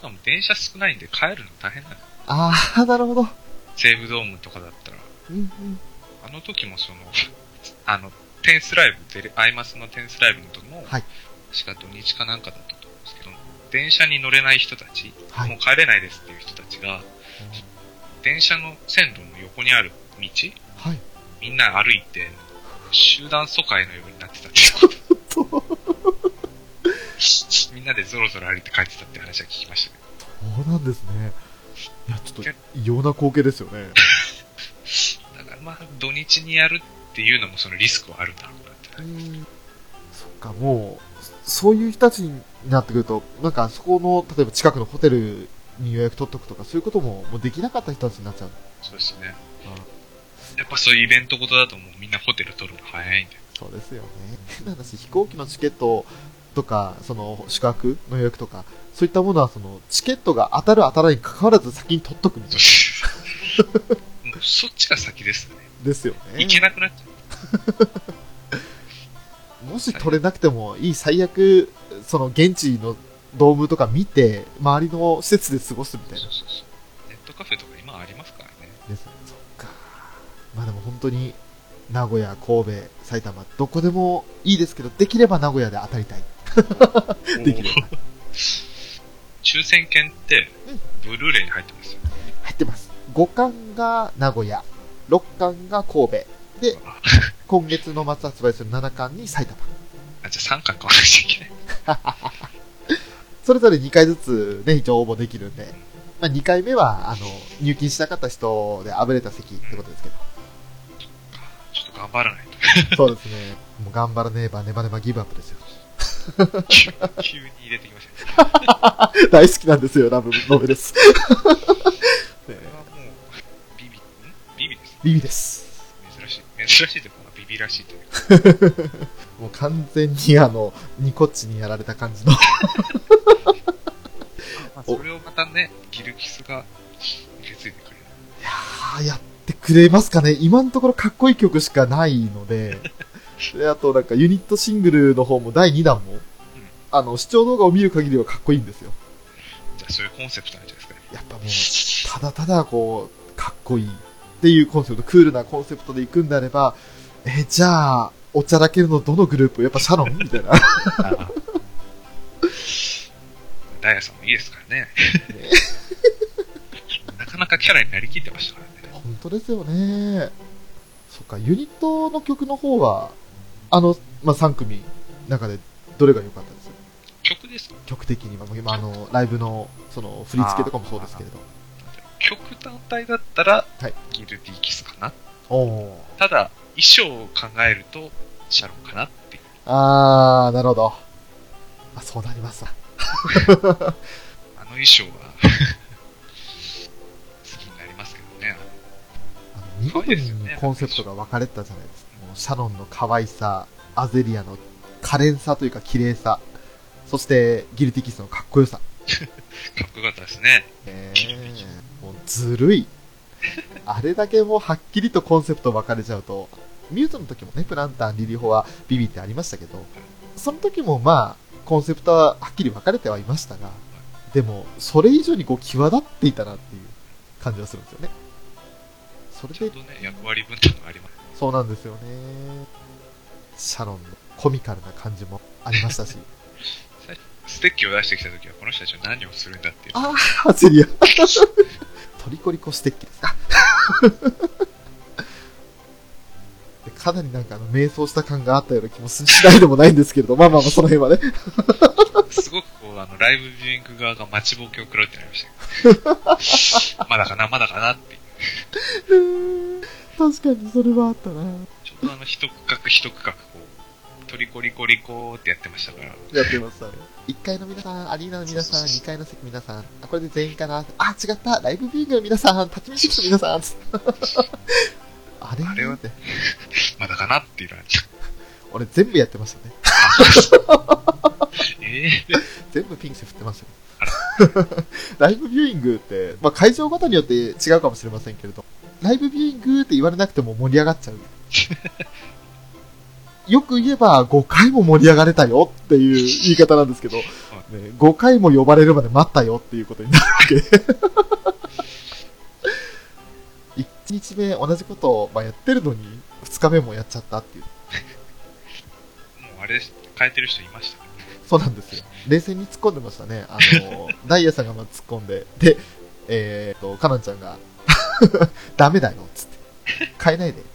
かも電車少ないんで帰るの大変なの。 ああ、なるほど。 西武ドームとかだったら。 うんうん。 あの時もテンスライブ、アイマスのテンスライブの時も、 はい。 確か土日かなんかだったと思うんですけど、電車に乗れない人たち、 はい。 もう帰れないですっていう人たちが、電車の線路の横にある道、 はい。 みんな歩いて、集団疎開のようになってたっていう。みんなでゾロゾロ歩いて帰ってたって話は聞きましたけど。 そうなんですね。いや、ちょっと異様な光景ですよね。 だからまあ、土日にやるっていうのもそのリスクはあるんだろうなって。 そっか、もう、そういう人たちになってくると、なんかそこの、例えば近くのホテルに予約取っとくとか、そういうことももうできなかった人たちになっちゃう。 そうですね。やっぱそういうイベントごとだともうみんなホテル取るの早いんで。 そうですよね。変な話、飛行機のチケットとか、その宿泊の予約とか、そういったものはそのチケットが当たる当たらないに関わらず先に取っとくみたいな。 もうそっちが先ですね。 ですよね。 行けなくなっちゃう。もし取れなくてもいい、最悪、その現地のドームとか見て、周りの施設で過ごすみたいな。 そうそうそう。ネットカフェとか今ありますからね。 ですね。そっか。まあでも本当に、名古屋、神戸、埼玉、どこでもいいですけど、できれば名古屋で当たりたい。できれば。 抽選券って、ブルーレイに入ってますよ。 入ってます。5巻が名古屋、6巻が神戸。で、今月の末発売する7巻に埼玉。 あ、じゃあ3巻買わなくちゃいけない。 それぞれ2回ずつね、一応応募できるんで、まあ、2回目は、入金しなかった人であぶれた席ってことですけど。 ちょっと頑張らないと。そうですね。もう頑張らねばネバネバギブアップですよ。 急に入れてきましたね。 大好きなんですよ、ラブノベです。 これはもう、ビビです。 ビビです。 珍しいというか、ビビらしいというか。 もう完全にニコッチにやられた感じの。 まあ、それをまたね、ギルキスが受け継いでくれる。 いやー、やってくれますかね。今のところかっこいい曲しかないので、で、あとなんかユニットシングルの方も第2弾も、視聴動画を見る限りはかっこいいんですよ。 じゃあそういうコンセプトなんじゃないですかね。 やっぱもう、ただただこう、かっこいいっていうコンセプト、クールなコンセプトで行くんであれば、じゃあ、おちゃらけるのどのグループやっぱシャロンみたいな。 ダイヤさんもいいですからね。なかなかキャラになりきってましたからね。 本当ですよね。そっか、ユニットの曲の方は、まあ、3組中でどれが良かったですか？ 曲ですか？ 曲的には、ライブの、その、振り付けとかもそうですけれど。 曲単体だったら、 はい、 ギルティキスかな。 おただ、衣装を考えると、シャロンかなっていう。 なるほど。そうなりますわ。 あの衣装は好きになりますけどね。 見事にコンセプトが分かれてたじゃないですか。もうシャロンの可愛さ、アゼリアの可憐さというか綺麗さ、そしてギルティキスのかっこよさ。 かっこよかったですね。 もうずるい。あれだけもうはっきりとコンセプト分かれちゃうと、ミューズの時もね、プランタン、リリホはビビってありましたけど、その時もまあ、コンセプトははっきり分かれてはいましたが、でも、それ以上にこう、際立っていたなっていう感じがするんですよね。それで。 ちょうどね、役割分担があります。 そうなんですよね。シャロンのコミカルな感じもありましたし。 ステッキを出してきた時は、この人たちは何をするんだっていう。 アゼリア。トリコリコステッキですか。かなりなんか迷走した感があったような気もしないでもないんですけれど、まあその辺はね。 すごくこう、ライブビューイング側が待ちぼうけを食らうってなりましたまだかなっていう。 確かにそれはあったな。 ちょうど一区画こう、トリコリコリコってやってましたから。 やってましたね。1階の皆さん、アリーナの皆さん、2階の席皆さん、これで全員かな。違った、ライブビューイングの皆さん、立ち見席の皆さん。あれはね。 まだかなっていうのは。 俺全部やってましたね。全部ピンク振ってましたよ。ライブビューイングって、会場ごとによって違うかもしれませんけれど、ライブビューイングって言われなくても盛り上がっちゃう。よく言えば5回も盛り上がれたよっていう言い方なんですけど、 5回も呼ばれるまで待ったよっていうことになるわけで。1日目同じことを、やってるのに、2日目もやっちゃったっていう。 もうあれです。変えてる人いました。 そうなんですよ。冷静に突っ込んでましたね。ダイヤさんが突っ込んで、で、カナンちゃんが、ダメだよ、つって。変えないで。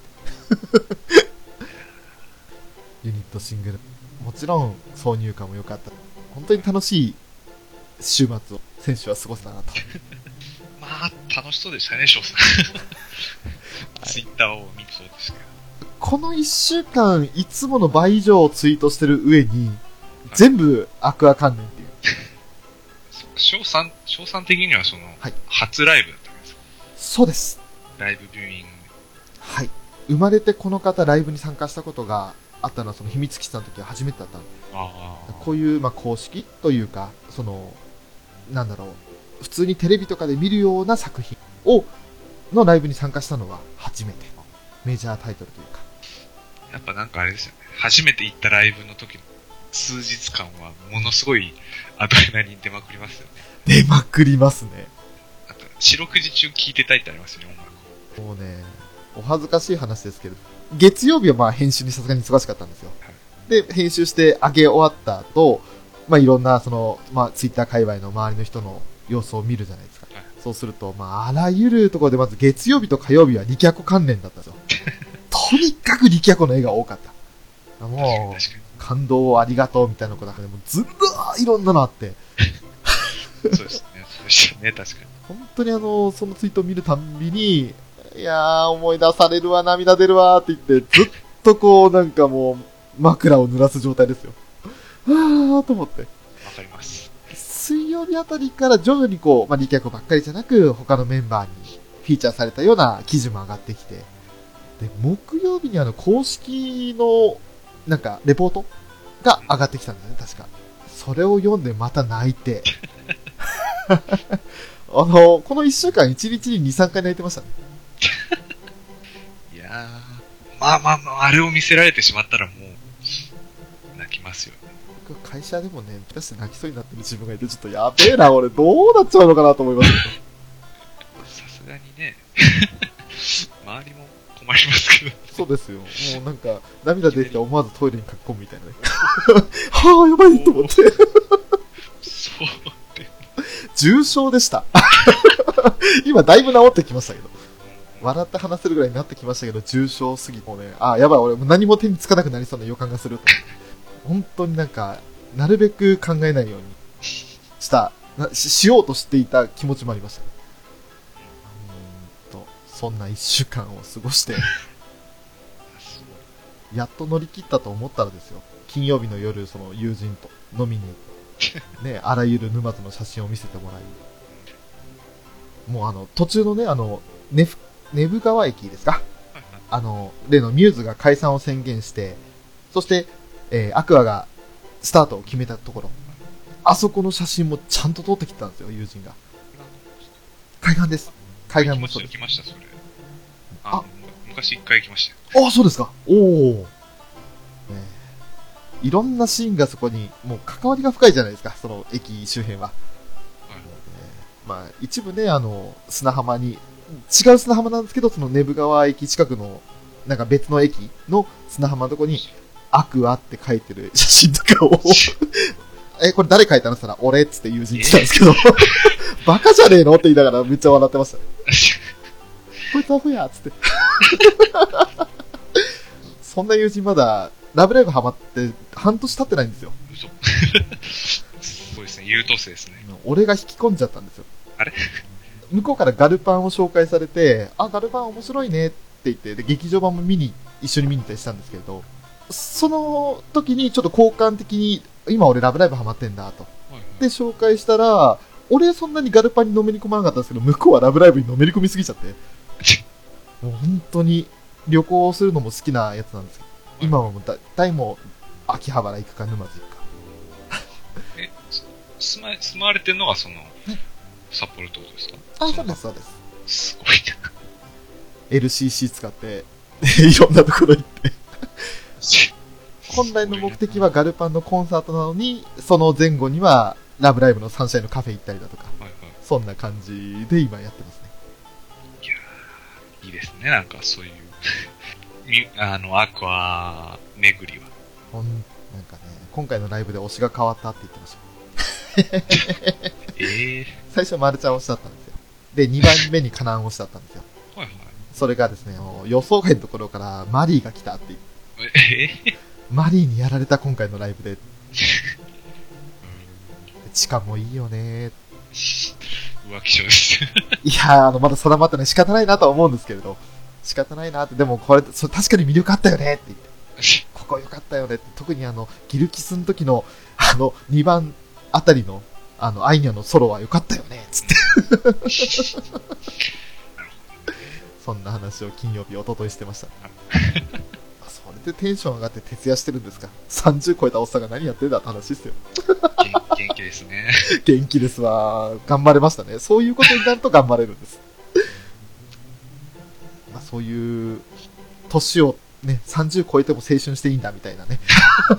ユニットシングル。もちろん、挿入歌も良かった。本当に楽しい週末を選手は過ごせたなと。 まあ、楽しそうでしたね、翔さん。ツイッターを見てそうですけど。 この1週間、いつもの倍以上ツイートしてる上に、全部アクア関連っていう。 翔さん的にはその、 はい、 初ライブだったんですか？ そうです。 ライブビューイング。 はい。生まれてこの方ライブに参加したことがあったのはその秘密基地の時は初めてだったので。こういう、公式というか、なんだろう、普通にテレビとかで見るような作品のライブに参加したのは初めて。メジャータイトルというか。 やっぱなんかあれですよね。初めて行ったライブの時の数日間はものすごいアドレナリン出まくりますよね。 出まくりますね。 なんか四六時中聴いてたいってありますよね、音楽。 もうね、お恥ずかしい話ですけど、月曜日は編集にさすがに忙しかったんですよ。はい、で、編集して上げ終わった後、いろんなツイッター界隈の周りの人の様子を見るじゃないですか。はい、そうすると、あらゆるところでまず月曜日と火曜日はリキャコ関連だったんですよ。とにかくリキャコの絵が多かった。もう、感動をありがとうみたいなことが、もうずらーいろんなのあって。 そうですね、そうでしたね、確かに。 本当にそのツイートを見るたんびに、いやー、思い出されるわ、涙出るわーって言って、ずっとなんかもう、枕を濡らす状態ですよ。あーと思って。わかります。 水曜日あたりから徐々にリキャコばっかりじゃなく、他のメンバーにフィーチャーされたような記事も上がってきて、で、木曜日に公式の、レポートが上がってきたんですね、確か。それを読んでまた泣いて。この1週間1日に2、3回泣いてましたね。 いやー、あれを見せられてしまったらもう、泣きますよね。 僕、会社でもね、出して泣きそうになってる自分がいて、ちょっとやべえな、俺、どうなっちゃうのかなと思いますけど。 さすがにね、周りも困りますけど。 そうですよ。もう涙出てきて思わずトイレに駆け込むみたいなね。はぁ、やばいと思って。 そうで。 重症でした。今、だいぶ治ってきましたけど。笑って話せるぐらいになってきましたけど、重症すぎて、もうね、やばい、俺、何も手につかなくなりそうな予感がすると。本当になるべく考えないようにしようとしていた気持ちもありました。そんな1週間を過ごして、やっと乗り切ったと思ったらですよ、金曜日の夜、その友人と飲みに行って、ね、あらゆる沼津の写真を見せてもらい、もう途中のね、根府川駅ですか、例のミューズが解散を宣言して、そして、アクアがスタートを決めたところ、あそこの写真もちゃんと撮ってきてたんですよ、友人が。海岸です。海岸もそうです。 行きました、それ。昔一回行きましたよ。そうですか。おお。いろんなシーンがそこに、もう関わりが深いじゃないですか、その駅周辺は。一部ね、砂浜に、違う砂浜なんですけど、その根府川駅近くの、別の駅の砂浜のとこに、アクアって書いてる写真とかを、これ誰書いたのって言ったら、俺っつって友人来たんですけど、バカじゃねえのって言いながらめっちゃ笑ってました。こいつアホやっつって。そんな友人まだ、ラブライブハマって半年経ってないんですよ。 嘘。すごいですね、優等生ですね。 俺が引き込んじゃったんですよ。 あれ向こうからガルパンを紹介されて、ガルパン面白いねって言って、で、劇場版も一緒に見に行ったりしたんですけど、その時にちょっと交換的に、今俺ラブライブハマってんだと。で、紹介したら、俺そんなにガルパンにのめり込まなかったんですけど、向こうはラブライブにのめり込みすぎちゃって。もう本当に旅行するのも好きなやつなんですけど、今はもう大体もう、秋葉原行くか沼津行くか。 住まわれてるのがその、札幌ってことですか？ そうです、そうです。 すごいな。 LCC 使って、いろんなところ行って。本来の目的はガルパンのコンサートなのに、その前後にはラブライブのサンシャインのカフェ行ったりだとか、 はいはい。 そんな感じで今やってますね。 いやー、いいですね、なんかそういう、アクア巡りは。 なんかね、今回のライブで推しが変わったって言ってました。最初マルちゃん推しだったんですよ。で、2番目にカナン推しだったんですよ。 はいはい。 それがですね、予想外のところからマリーが来たっていう。マリーにやられた今回のライブで。チカもいいよね。 浮気症です。 いやー、まだ定まってない。仕方ないなとは思うんですけれど。仕方ないなって、でもこれ、確かに魅力あったよねって言って。ここ良かったよねって。特にギルキスの時の、2番あたりの、アイニャのソロは良かったよねつって。そんな話を金曜日、一昨日してました。それでテンション上がって徹夜してるんですか。30超えたおっさんが何やってんだって話ですよ。 元気ですね。 元気ですわ。頑張れましたね。そういうことになると頑張れるんです。まあそういう、年をね、30超えても青春していいんだみたいなね。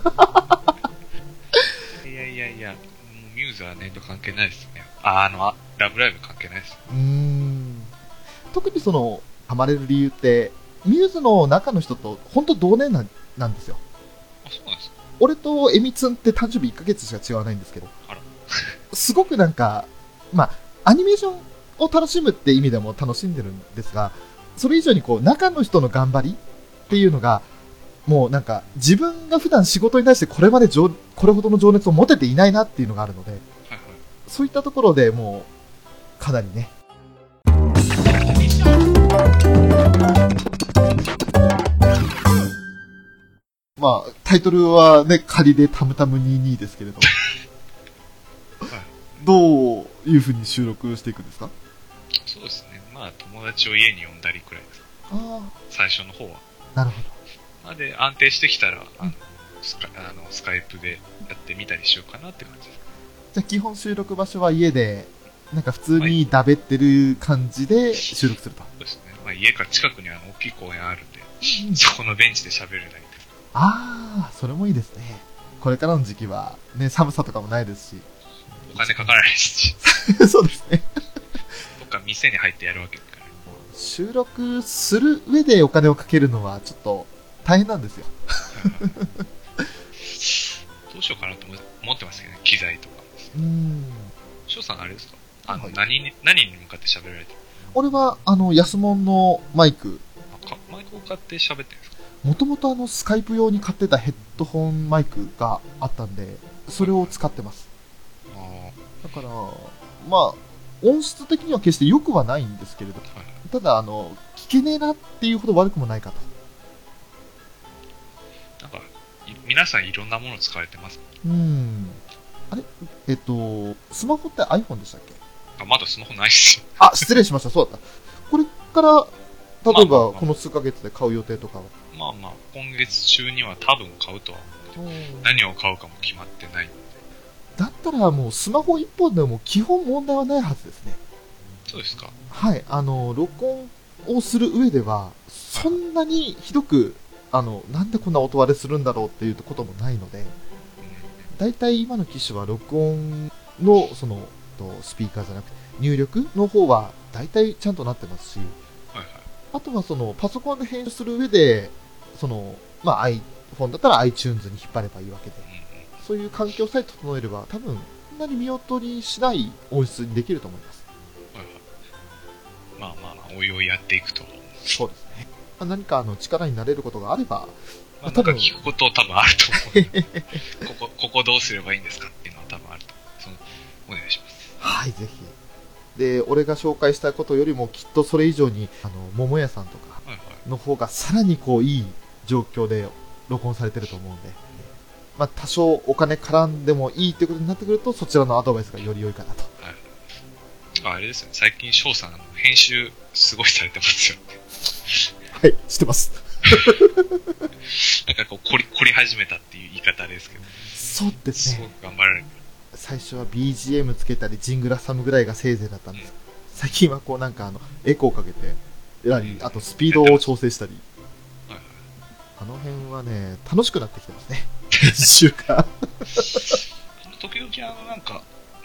いや、ミューズは年度関係ないですね。ラブライブ関係ないです。 特にハマれる理由って、ミューズの中の人と本当同年なんですよ。 あ、そうなんですか。 俺とエミツンって誕生日1ヶ月しか違わないんですけど、すごくなんか、まあ、アニメーションを楽しむって意味でも楽しんでるんですが、それ以上に中の人の頑張りっていうのが、もうなんか、自分が普段仕事に対してこれほどの情熱を持てていないなっていうのがあるので、はいはい、そういったところでもう、かなりね、まあ、タイトルはね、仮でタムタム22ですけれど、はい、どういう風に収録していくんですか？ そうですね。まあ、友達を家に呼んだりくらいです。最初の方は。 なるほど。 まあ、で、安定してきたら、スカイプでやってみたりしようかなって感じです。 じゃあ、基本収録場所は家で、なんか普通にだべってる感じで収録すると。 そうですね。まあ、家から近くに大きい公園あるんで、そこのベンチで喋るだけ。 ああ、それもいいですね。これからの時期は、ね、寒さとかもないですし。 お金かからないし。 そうですね。 どっか店に入ってやるわけだから。 収録する上でお金をかけるのはちょっと大変なんですよ。 どうしようかなと思ってますけどね、機材とか。翔さんあれですか？はい、何に向かって喋られてる？ 俺は、安物のマイク。 マイクを買って喋ってるんですか？ もともとスカイプ用に買ってたヘッドホンマイクがあったんで、それを使ってます。だから、まあ、音質的には決して良くはないんですけれど、ただ、聞けねえなっていうほど悪くもないかと。 なんか、皆さんいろんなものを使われてます。 あれスマホって iPhone でしたっけ？ まだスマホないっすよ。 あ、失礼しました。そうだった。これから、例えば、この数ヶ月で買う予定とかは？ まあまあ、今月中には多分買うとは思う。何を買うかも決まってないので。 だったらもうスマホ1本でも基本問題はないはずですね。 そうですか。 はい。録音をする上では、そんなにひどく、なんでこんな音割れするんだろうっていうこともないので、だいたい今の機種は録音の、スピーカーじゃなくて、入力の方はだいたいちゃんとなってますし、あとはパソコンで編集する上で、まあ、iPhone だったら iTunes に引っ張ればいいわけで、そういう環境さえ整えれば、多分、そんなに見劣りしない音質にできると思います。 まあまあ、おいおいやっていくと。 そうですね。まあ、何か力になれることがあれば、 まあ、なんか聞くこと多分あると思う。ここどうすればいいんですかっていうのは多分あると思う。お願いします。 はい、ぜひ。で、俺が紹介したことよりもきっとそれ以上に、桃屋さんとかの方がさらにいい状況で録音されてると思うんで、まあ、多少お金絡んでもいいということになってくると、そちらのアドバイスがより良いかなと。 あれですよね、最近翔さん、編集すごいされてますよね。 はい、してます。 なんか凝り始めたっていう言い方ですけど。 そうですね。 すごく頑張られてる。 最初は BGM つけたりジングラサムぐらいがせいぜいだったんです、最近はなんかエコーかけてあとスピードを調整したり、あの辺はね楽しくなってきてますね。編集が時々なんか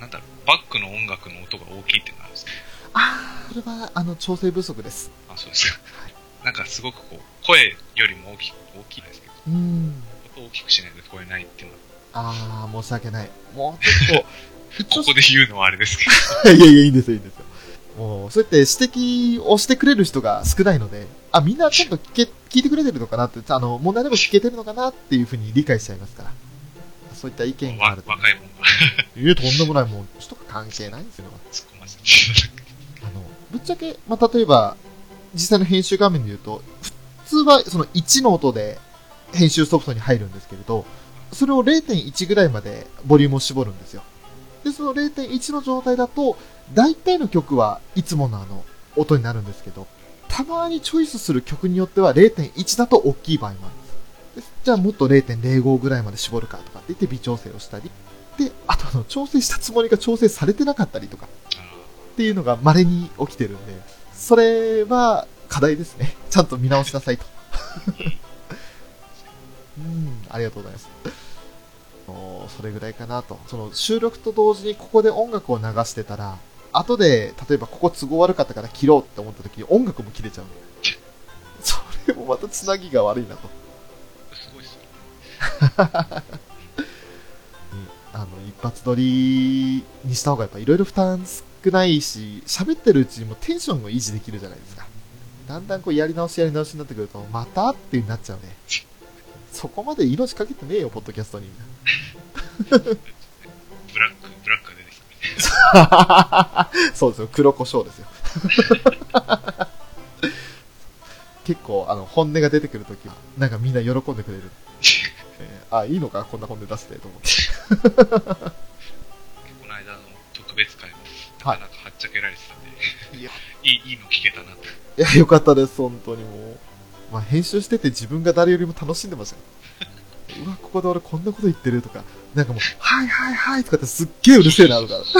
なんだろう、バックの音楽の音が大きいってのがあるんですか？ これは、調整不足です。 あ、そうですか。はい。なんかすごくこう、声よりも大きいですけど、音を大きくしないと聞こえないっていうのは。 申し訳ない。もうちょっと、ここで言うのはあれですけど。いやいや、いいんですよ、いいんですよ。もう、そうやって指摘をしてくれる人が少ないので、みんなちゃんと聞いてくれてるのかなって、問題でも聞けてるのかなっていうふうに理解しちゃいますから。そういった意見があると。 若いもんが。 いや、とんでもない、もう、人が関係ないんですよ。 突っ込ませて。 ぶっちゃけ、例えば、実際の編集画面で言うと、普通はその1の音で編集ソフトに入るんですけれど、それを 0.1 ぐらいまでボリュームを絞るんですよ。で、その 0.1 の状態だと、大体の曲はいつもの音になるんですけど、たまにチョイスする曲によっては 0.1 だと大きい場合もあるんです。じゃあもっと 0.05 ぐらいまで絞るかとかって言って微調整をしたり、で、あと調整したつもりが調整されてなかったりとか、っていうのが稀に起きてるんで、それは課題ですね。ちゃんと見直しなさいと。ありがとうございます。それぐらいかなと。その収録と同時にここで音楽を流してたら、後で、例えばここ都合悪かったから切ろうって思った時に音楽も切れちゃう。それもまたつなぎが悪いなと。 すごいっすよ。 一発撮りにした方がやっぱいろいろ負担少ないし、喋ってるうちにもテンションを維持できるじゃないですか。だんだんこうやり直しになってくると、またってなっちゃうね。そこまで命かけてねえよ、ポッドキャストに。 ブラックが出てきた。 そうですよ、黒胡椒ですよ。結構、本音が出てくるときは、なんかみんな喜んでくれる。いいのか、こんな本音出して、と思って。 この間の特別会も、なかなかはっちゃけられてたんで、いいの聞けたなと。 いや、よかったです、本当にもう。編集してて自分が誰よりも楽しんでました。うわ、ここで俺こんなこと言ってるとか、なんかもう、はいはいはいとかってすっげえうるせえなとか。果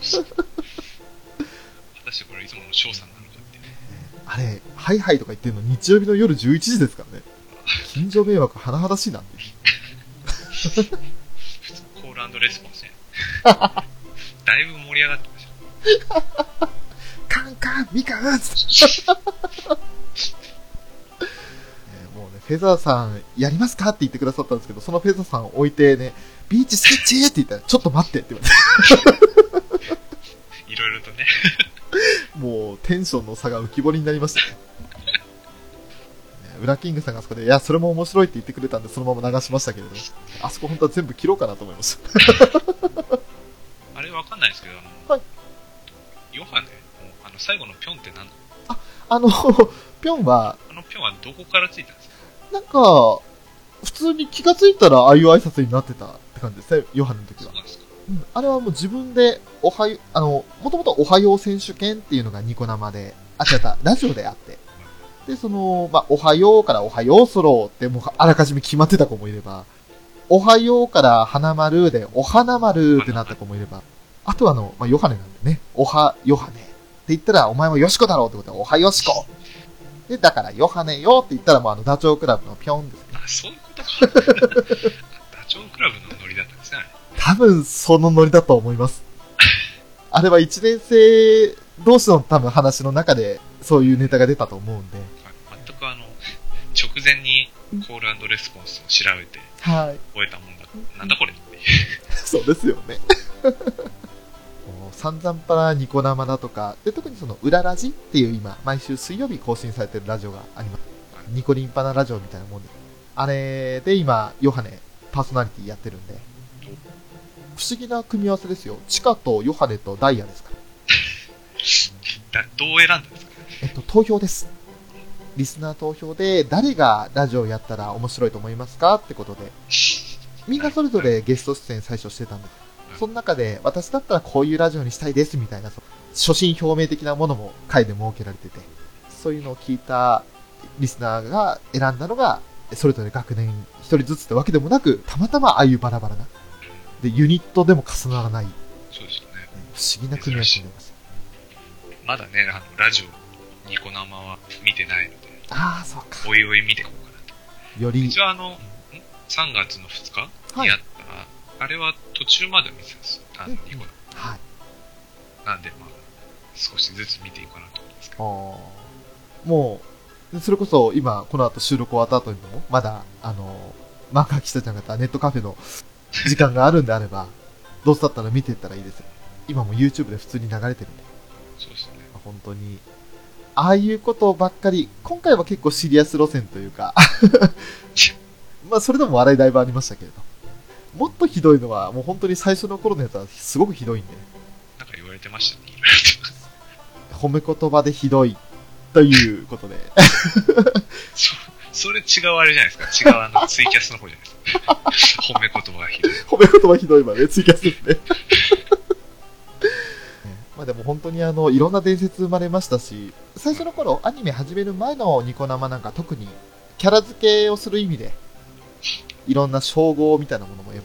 たしてこれいつもの翔さんなのかってね。 あれ、はいはいとか言ってるの日曜日の夜11時ですからね。近所迷惑甚だしいなって。 普通コール&レスポンスね。だいぶ盛り上がってました。 カンカン、ミカンもうね、フェザーさん、やりますかって言ってくださったんですけど、そのフェザーさんを置いてね、ビーチスケッチって言ったら、ちょっと待ってって言われて。 いろいろとね。 もう、テンションの差が浮き彫りになりましたね。ウラキングさんがあそこで、いや、それも面白いって言ってくれたんで、そのまま流しましたけれど、あそこ本当は全部切ろうかなと思いました。 あれわかんないですけど、 はい。 ヨハネ、最後のピョンって何？ ピョンは、 ピョンはどこからついたんですか？ なんか、普通に気がついたらああいう挨拶になってたって感じですね、ヨハネの時は。 そうなんですか？ あれはもう自分で、もともとおはよう選手権っていうのがニコ生で、違った、ラジオであって。で、おはようからおはようソロってもうあらかじめ決まってた子もいれば、おはようから花丸でお花丸ってなった子もいれば、あとはヨハネなんでね、おはヨハネって言ったらお前もヨシコだろうってことはおはヨシコで、だからヨハネよって言ったらもうダチョウ倶楽部のピョンですね。 あ、そういうことか。ダチョウ倶楽部のノリだったんですね、あれ。 多分そのノリだと思います。あれは1年生同士の多分話の中でそういうネタが出たと思うんで。 全く直前にコール&レスポンスを調べて、覚えたもんだ。なんだこれって。 そうですよね。散々パラニコ生だとか、で、特にその裏ラジっていう今、毎週水曜日更新されてるラジオがあります。ニコリンパナラジオみたいなもんで。あれで今、ヨハネ、パーソナリティやってるんで。不思議な組み合わせですよ。チカとヨハネとダイヤですから。 どう選んだんですか？ 投票です。リスナー投票で、誰がラジオやったら面白いと思いますかってことで。みんなそれぞれゲスト出演最初してたんです。その中で、私だったらこういうラジオにしたいですみたいな、初心表明的なものも回で設けられてて、そういうのを聞いたリスナーが選んだのが、それぞれ学年一人ずつってわけでもなく、たまたまああいうバラバラな。で、ユニットでも重ならない。 そうですよね。 不思議な組み合わせになります。 まだね、ラジオ、ニコ生は見てないので。 ああ、そうか。 おいおい見ていこうかなと。 より。 一応3月の2日にやった、あれは途中まで見てたんですよ。ニコ生。 はい。 なんで、まあ、少しずつ見ていこうかなと思うんですけど。 もう、それこそ今、この後収録終わった後にも、まだ、漫画記者ちゃん方、ネットカフェの時間があるんであれば、どうせだったら見ていったらいいですよ。今も YouTube で普通に流れてるんで。 そうですね。 本当に、ああいうことばっかり、今回は結構シリアス路線というか、まあそれでも笑いだいぶありましたけれど。もっとひどいのは、もう本当に最初の頃のやつはすごくひどいんで。 なんか言われてましたね、いろいろ褒め言葉でひどい、ということで。 それ違うあれじゃないですか。違うツイキャスの方じゃないですか。褒め言葉がひどい。 褒め言葉ひどいまで、ツイキャスですね。まあでも本当にいろんな伝説生まれましたし、最初の頃、アニメ始める前のニコ生なんか特に、キャラ付けをする意味で、いろんな称号みたいなものも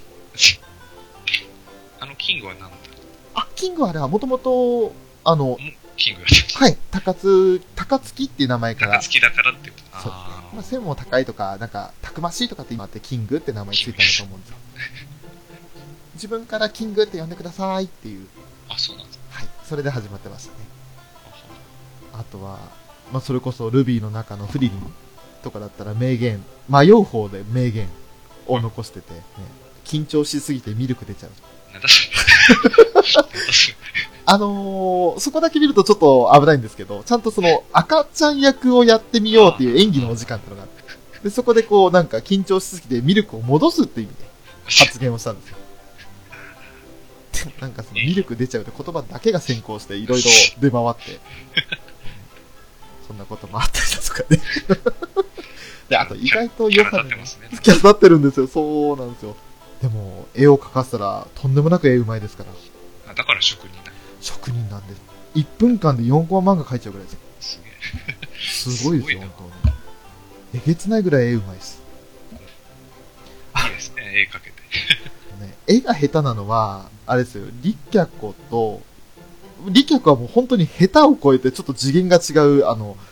キングは何だキングはあれはもともと、 キングだったはい、高槻っていう名前から。 高槻だからってこと。 そう。まあ、背も高いとか、なんか、たくましいとかって今ってキングって名前ついたんだと思うんですよ。自分からキングって呼んでくださいっていう。 あ、そうなんですか。 はい。それで始まってましたね。あとは、まあ、それこそルビーの中のフリリンとかだったら迷言、迷う方で迷言を残してて、ね、緊張しすぎてミルク出ちゃう。 なんだそれ。 そこだけ見るとちょっと危ないんですけど、ちゃんとその赤ちゃん役をやってみようっていう演技のお時間っていうのがあって、で、そこでこうなんか緊張しすぎてミルクを戻すっていう意味で発言をしたんですよ。でもなんかそのミルク出ちゃうって言葉だけが先行していろいろ出回って、そんなこともあったりだとかね。で、あと意外と良さで、キャラ立ってるんですよ。そうなんですよ。でも、絵を描かせたらとんでもなく絵うまいですから。 だから職人だ。 職人なんです。1分間で4コマ漫画描いちゃうぐらいですよ。 すげえ。すごいですよ、本当に。えげつないぐらい絵うまいです。 いいですね、絵描けて。 ね、絵が下手なのは、あれですよ、リキャコと、リキャコはもう本当に下手を超えてちょっと次元が違う、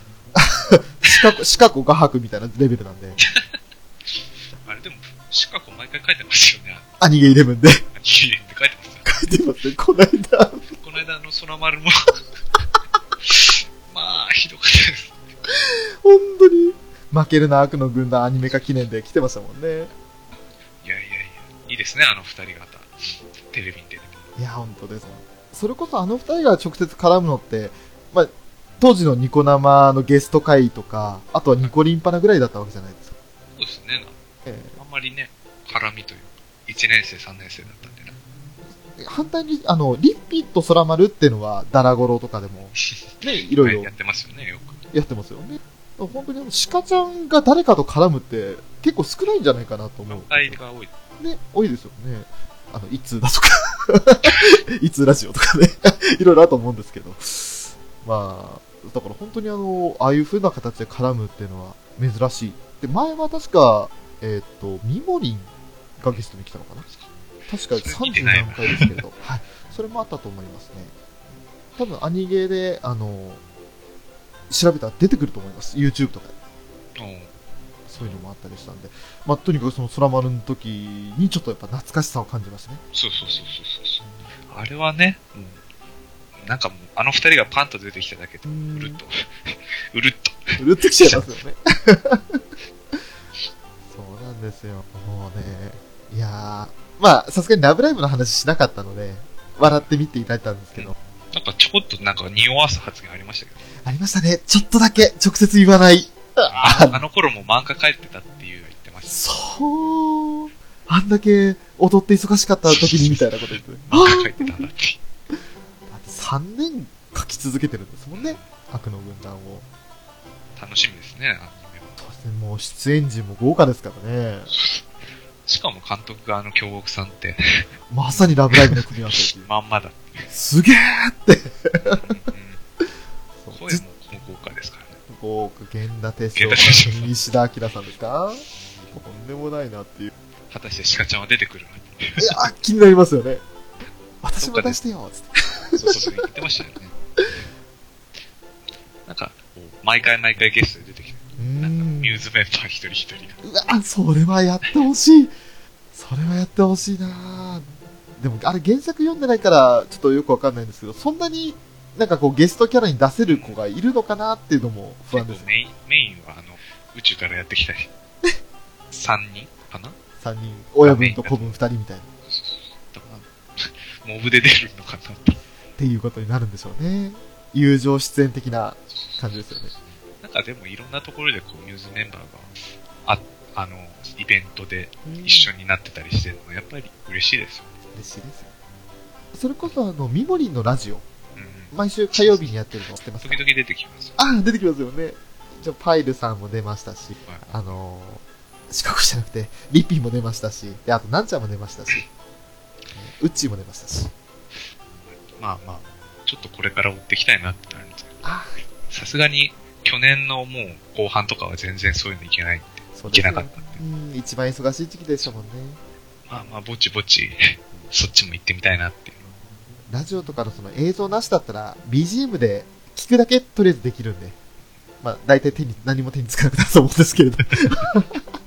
シカゴ画伯みたいなレベルなんで。 あれでも、シカゴ毎回描いてますよね。 アニゲイレブンで。 アニゲイレブンで描いてますよ。 書いてますね、こないだ。 この間空丸もまあ、ひどかったです。 本当に。負けるな悪の軍団アニメ化記念で来てましたもんね。 いやいやいや、いいですね、二人方。テレビに出て。 いや、本当です。それこそ二人が直接絡むのって、まあ、当時のニコ生のゲスト会とか、あとはニコリンパナぐらいだったわけじゃないですか。 そうですね、あんまりね、絡みというか、1年生、3年生だったんでね。 反対に、リッピーと空丸っていうのは、ダラゴロとかでも、ね、いろいろ。 やってますよね、よく。 やってますよね。本当に、鹿ちゃんが誰かと絡むって、結構少ないんじゃないかなと思う。 が多い。 ね、多いですよね。いつだとか、いつラジオとかね、いろいろあると思うんですけど。まあ、だから本当にああいう風な形で絡むっていうのは珍しい。で、前は確か、ミモリンがゲストに来たのかな、確か30何回ですけれど、はい。それもあったと思いますね。多分アニゲーで、調べたら出てくると思います。YouTube とかで。そういうのもあったりしたんで。まあ、とにかくその空丸の時にちょっとやっぱ懐かしさを感じましたね。 そう。あれはね、なんかもう、二人がパンと出てきただけで、うるっと。うるっときちゃいますよね。そうなんですよ。もうね、いやー、まあ、さすがにラブライブの話しなかったので、笑って見ていただいたんですけど。 なんかちょこっとなんか匂わす発言ありましたけど。 ありましたね。ちょっとだけ、直接言わない。 あの頃も漫画描いてたって言ってました。 そう。あんだけ踊って忙しかった時にみたいなこと言って。 漫画描いてたんだって。だって 3年描き続けてるんですもんね。悪の軍団を。 楽しみですね、アニメは。 そうですね、もう出演陣も豪華ですからね。 しかも監督が京極さんって。 まさにラブライブの組み合わせっていう。 まんまだ。 すげーって。 声も豪華ですからね。 豪華、源田哲章さん、西田明さんですか。とんでもないなっていう。 果たして鹿ちゃんは出てくるの？ いや、気になりますよね。私も出してよ、つって。 そう言ってましたよね。なんか、毎回ゲストで出てきて、なんかミューズメンバー一人一人が。 うわ、それはやってほしい。それはやってほしいなぁ。 でもあれ原作読んでないからちょっとよくわかんないんですけど、そんなになんかこうゲストキャラに出せる子がいるのかなっていうのも不安です。 メインは宇宙からやってきたり、3人かな ?3 人、親分と子分2人みたいな。 だからモブで出るのかなっていうことになるんでしょうね。友情出演的な感じですよね。 なんかでもいろんなところでこうミューズメンバーがイベントで一緒になってたりしてるのはやっぱり嬉しいですよね。 嬉しいですよ。それこそミモリンのラジオ、 うん、 毎週火曜日にやってるの知ってますか？ 時々出てきます。 出てきますよね。じゃパイルさんも出ましたし、はい、四国じゃなくてリッピーも出ましたし、であとなんちゃんも出ましたし、ウッチーも出ましたし。 まあまあちょっとこれから追っていきたいなってなるんですけど、さすがに去年のもう後半とかは全然そういうのいけないんで、いけなかったんで。 一番忙しい時期でしたもんね。 まあまあぼちぼちそっちも行ってみたいなっていう。 ラジオとかのその映像なしだったら BGM で聞くだけとりあえずできるんで、まあ大体何も手につかなくなると思うんですけれど。 ま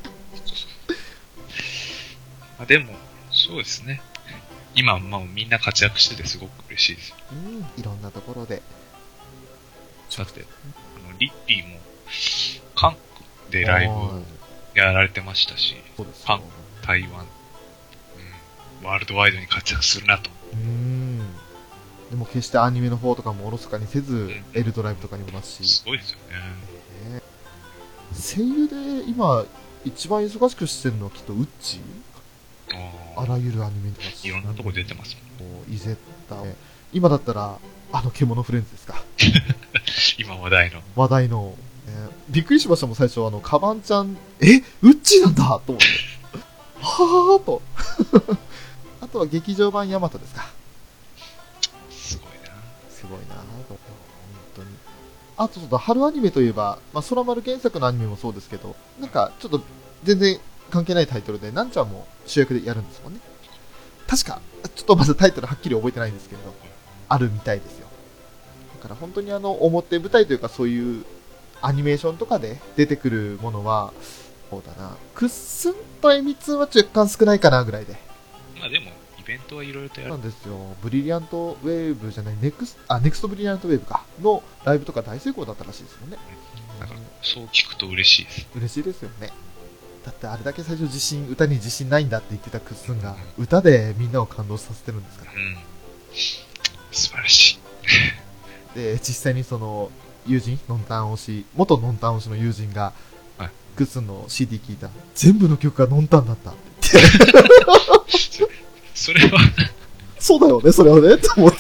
あでもそうですね。今まあみんな活躍しててすごく嬉しいですよ。 いろんなところで。 だってリッピーも韓国でライブやられてましたし、韓国、台湾、ワールドワイドに活躍するなと。 でも決してアニメの方とかもおろそかにせず、エルドライブとかにもいますし。 すごいですよね。 声優で今一番忙しくしてるのはきっとウッチー。あらゆるアニメとかいろんなとこ出てますもん。 イゼッタ、今だったら獣フレンズですか。 今話題の、びっくりしましたもん最初カバンちゃんウッチーなんだと思ってはーとあとは劇場版ヤマトですか。 すごいなと本当に。あとちょっと春アニメといえば、まあ、空丸原作のアニメもそうですけど、なんかちょっと全然関係ないタイトルでなんちゃんも主役でやるんですもんね。確かちょっとまずタイトルはっきり覚えてないんですけれど、あるみたいですよ。だから本当に表舞台というかそういうアニメーションとかで出てくるものはそうだな、クッスンとエミツンは若干少ないかなぐらいで。 まあでもイベントはいろいろとやる。 なんですよ。ブリリアントウェーブじゃない、ネクストブリリアントウェーブかのライブとか大成功だったらしいですよね。 なんかそう聞くと嬉しいです。 嬉しいですよね。だってあれだけ最初歌に自信ないんだって言ってたクッスンが、歌でみんなを感動させてるんですから。 素晴らしい。で、実際にその友人、元ノンタン推しの友人が、クッスンの CD 聞いたら全部の曲がノンタンだったって言ってそれはそうだよね、それはねと思って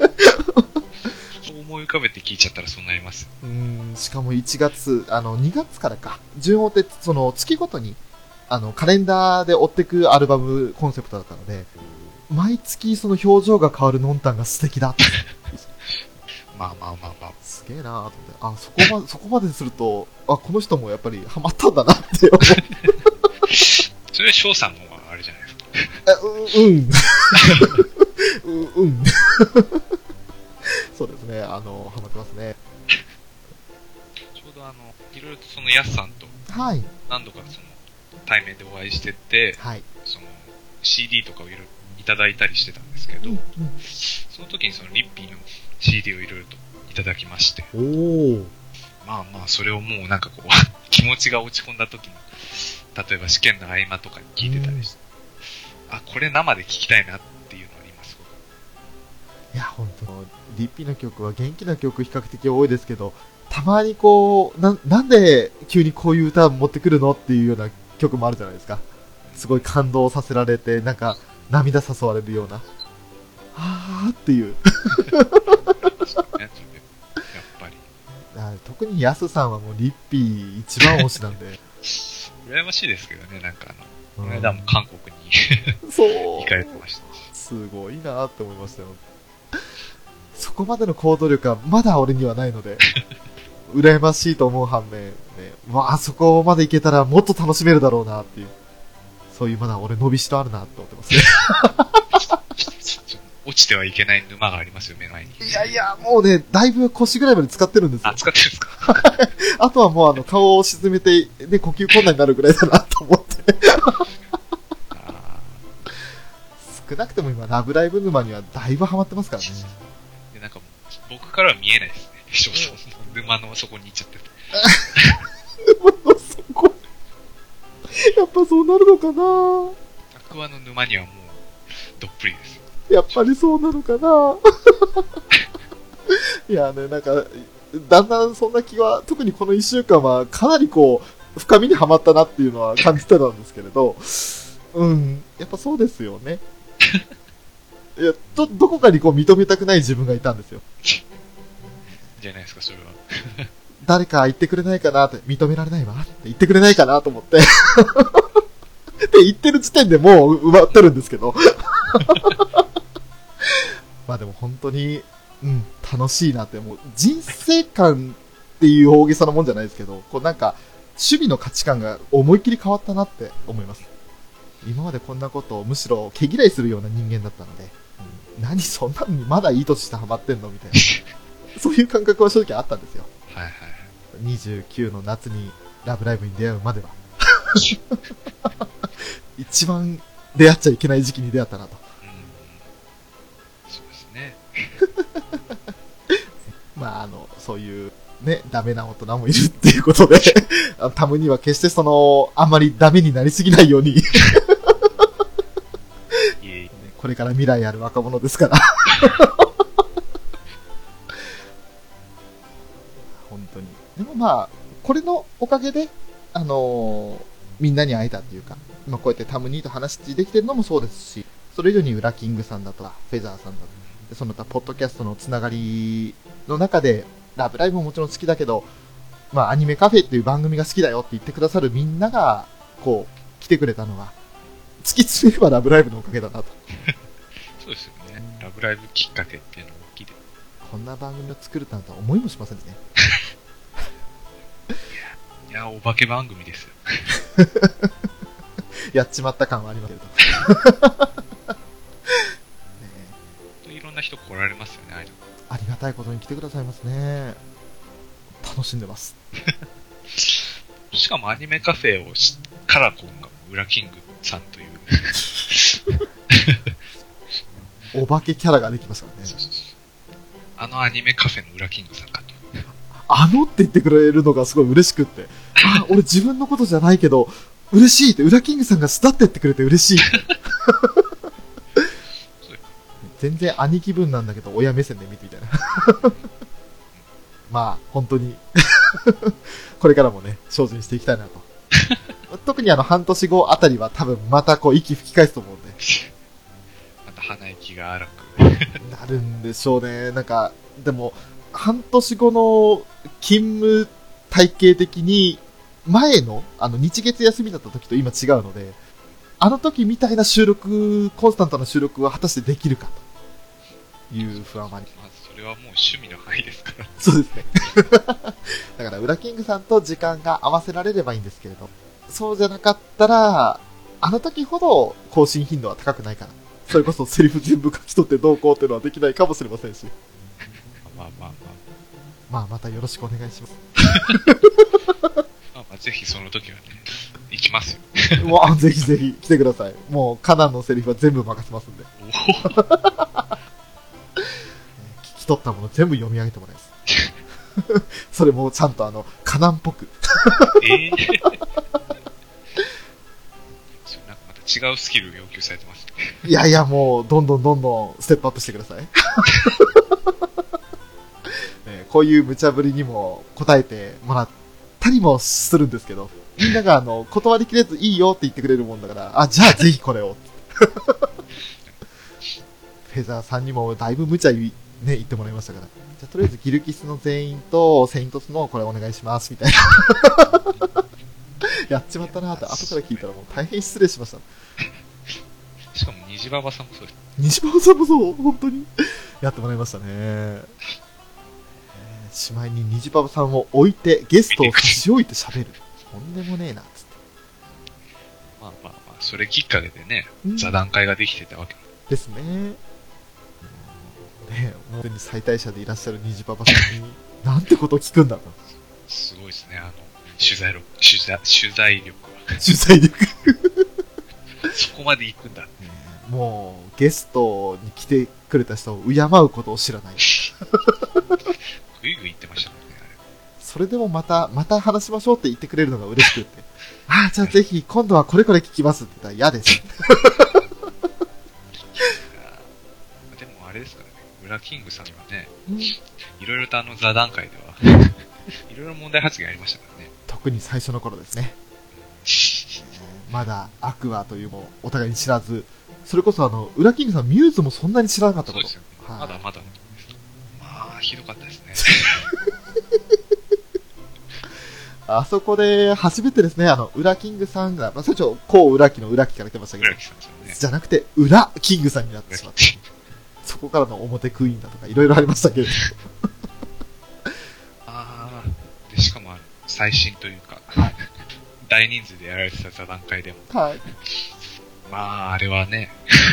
思い浮かべて聞いちゃったらそうなります。 しかも1月2月からか順を追ってその月ごとにカレンダーで追ってくアルバムコンセプトだったので、毎月その表情が変わるノンタンが素敵だってまあすげえなと思って、そこまでするとこの人もやっぱりハマったんだなって思ってそれは翔さんのあれじゃないですか。 そうですね、ハマってますね。 ちょうどいろいろとそのヤスさんと何度かその対面でお会いしてて、その CD とかをいろいろいただいたりしてたんですけど、その時にそのリッピーの CD をいろいろといただきまして、まあそれをもうなんかこう気持ちが落ち込んだ時に、例えば試験の合間とかに聞いてたりして、これ生で聞きたいなっていうのあります。 いや本当リッピーの曲は元気な曲比較的多いですけど、たまにこうなんで急にこういう歌を持ってくるのっていうような曲もあるじゃないですか。すごい感動させられて、なんか涙誘われるようなっていうやっぱり特にヤスさんはもうリッピー一番推しなんで羨ましいですけどね。なんかこの間も韓国に行かれてました。 すごいなって思いましたよ。そこまでの行動力はまだ俺にはないので羨ましいと思う反面、あそこまで行けたらもっと楽しめるだろうなっていう、そういうまだ俺伸びしろあるなって思ってますね落ちてはいけない沼がありますよ、目の前に。 いやもうね、だいぶ腰ぐらいまで使ってるんですよ。 使ってるんですかあとはもう顔を沈めて、で、呼吸困難になるぐらいだなと思ってす少なくとも今、ラブライブ沼にはだいぶハマってますからね。 で、なんかもう、僕からは見えないですね。少々、沼の底に行っちゃってる。 沼の底やっぱそうなるのかな。 アクアの沼にはもう、どっぷりです。 やっぱりそうなのかな。いやね、なんか、だんだんそんな気は、特にこの1週間はかなりこう、深みにはまったなっていうのは感じてたんですけれど、やっぱそうですよね。いや、どこかにこう認めたくない自分がいたんですよ。 じゃないですか、それは。 誰か言ってくれないかなって、認められないわって言ってくれないかなと思って。って言ってる時点でもう埋まってるんですけど。まあでも本当に、楽しいなって、もう人生観っていう大げさなもんじゃないですけど、こうなんか、趣味の価値観が思いっきり変わったなって思います。今までこんなことをむしろ毛嫌いするような人間だったので、何そんなのにまだいい年してハマってんのみたいな。そういう感覚は正直あったんですよ。 はいはい。 29の夏にラブライブに出会うまでは。一番出会っちゃいけない時期に出会ったなと。 そうですね。 まあそういうね、ダメな大人もいるっていうことで、たまには決してあんまりダメになりすぎないように。これから未来ある若者ですから。本当に。でもまあ、これのおかげで、みんなに会えたっていうか、今こうやってタムニーと話できてるのもそうですし、それ以上にウラキングさんだとか、フェザーさんだとか、その他、ポッドキャストのつながりの中で、ラブライブももちろん好きだけど、まあ、アニメカフェっていう番組が好きだよって言ってくださるみんなが、こう、来てくれたのは、突き詰めればラブライブのおかげだなと。そうですよね。ラブライブきっかけっていうのが大きいで。 こんな番組を作るなんて思いもしませんね。 いや、お化け番組ですよ。 やっちまった感はありますけど。いろんな人来られますよね、ああいうの。 ありがたいことに来てくださいますね。楽しんでます。 しかもアニメカフェをから今がウラキングさんという。 お化けキャラができますからね。 あのアニメカフェのウラキングさんかと。 って言ってくれるのがすごい嬉しくって。俺自分のことじゃないけど、嬉しいって、ウラキングさんが巣立ってってくれて嬉しい。全然兄貴分なんだけど、親目線で見てみたいな。まあ、本当に、これからもね、精進していきたいなと。特に半年後あたりは多分またこう息吹き返すと思うんで。 また鼻息が荒くなるんでしょうね。なんか、でも、半年後の勤務体系的に、前の、日月休みだった時と今違うので、あの時みたいな収録、コンスタントな収録は果たしてできるかという不安はあります。 まずそれはもう趣味の範囲ですから。 そうですね。だから、ウラキングさんと時間が合わせられればいいんですけれど、そうじゃなかったら、あの時ほど更新頻度は高くないから。それこそセリフ全部書き取ってどうこうっていうのはできないかもしれませんし。まあ、またよろしくお願いします。 ぜひその時はね、行きますよ。 もう、ぜひぜひ来てください。もう、カナンのセリフは全部任せますんで。聞き取ったもの全部読み上げてもらいます。それもちゃんとカナンっぽく。 なんかまた違うスキル要求されてますね。 いやいや、もう、どんどんステップアップしてください。こういう無茶ぶりにも答えてもらったりもするんですけど、みんなが断りきれずいいよって言ってくれるもんだから、じゃあぜひこれを。フェザーさんにもだいぶ無茶言ってもらいましたから。じゃあとりあえずギルキスの全員とセイントスのこれお願いしますみたいな。やっちまったなーって後から聞いたらもう大変失礼しました。 しかも虹ババさんもそうです。 虹ババさんもそう、本当にやってもらいましたね。しまいに虹ババさんを置いてゲストを差し置いて喋る。とんでもねえなっつって。 まあ、それきっかけでね、座談会ができてたわけですね。ね、もう最大者でいらっしゃる虹ババさんになんてことを聞くんだと。 すごいですね、取材力は。 取材力。 そこまで行くんだ。 もうゲストに来てくれた人を敬うことを知らない。 ぐいぐい言ってましたもんね、あれ。 それでもまた話しましょうって言ってくれるのが嬉しくって。ああ、じゃあぜひ今度はこれこれ聞きますって言ったら嫌です。 でもあれですからね、ウラキングさんはね、いろいろと座談会では、いろいろ問題発言ありましたからね。 特に最初の頃ですね。まだアクアというもお互いに知らず、それこそウラキングさんミューズもそんなに知らなかったこと。 そうですよ、まだまだ。まあ、ひどかったですね。 あそこで初めてですね、ウラキングさんが、最初、コウウラキのウラキから来てましたけど、 ね、 じゃなくて、ウラキングさんになってしまって、そこからの表クイーンだとか、いろいろありましたけれど。 で、しかも最新というか、はい、大人数でやられてた座談会でも、はい、まあ、あれはね、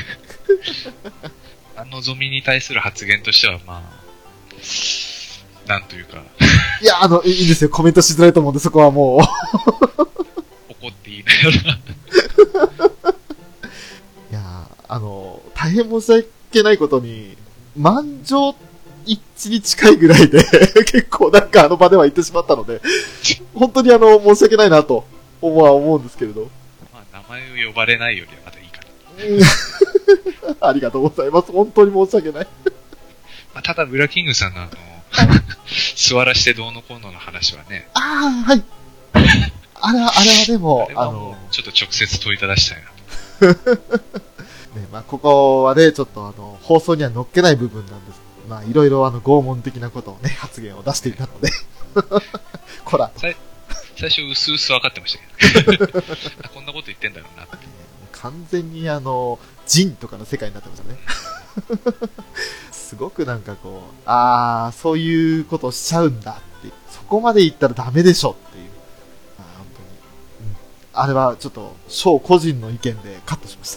望みに対する発言としては、まあ、なんというか。 いや、いいんですよ。コメントしづらいと思うんで、そこはもう。 怒っていいなよな。 いや、大変申し訳ないことに、満場一致に近いぐらいで、結構なんか場では言ってしまったので、本当に申し訳ないなと思うんですけれど。 まあ、名前を呼ばれないよりはまだいいかな。ありがとうございます。本当に申し訳ない。 まあ、ただ、ウラキングさんの座らしてどうのこうのの話はね。 ああ、はい。あれはでも、 ちょっと直接問いただしたいなと。ね、まあ、ここはね、ちょっと放送には載っけない部分なんです。まあ、いろいろ拷問的なことをね、発言を出していたので。こら。 最初、うすうす分かってましたけど。こんなこと言ってんだろうなって。 完全にジンとかの世界になってましたね。すごくなんかこう、そういうことをしちゃうんだって、そこまで言ったらダメでしょっていう。本当に、あれはちょっと、翔個人の意見でカットしました。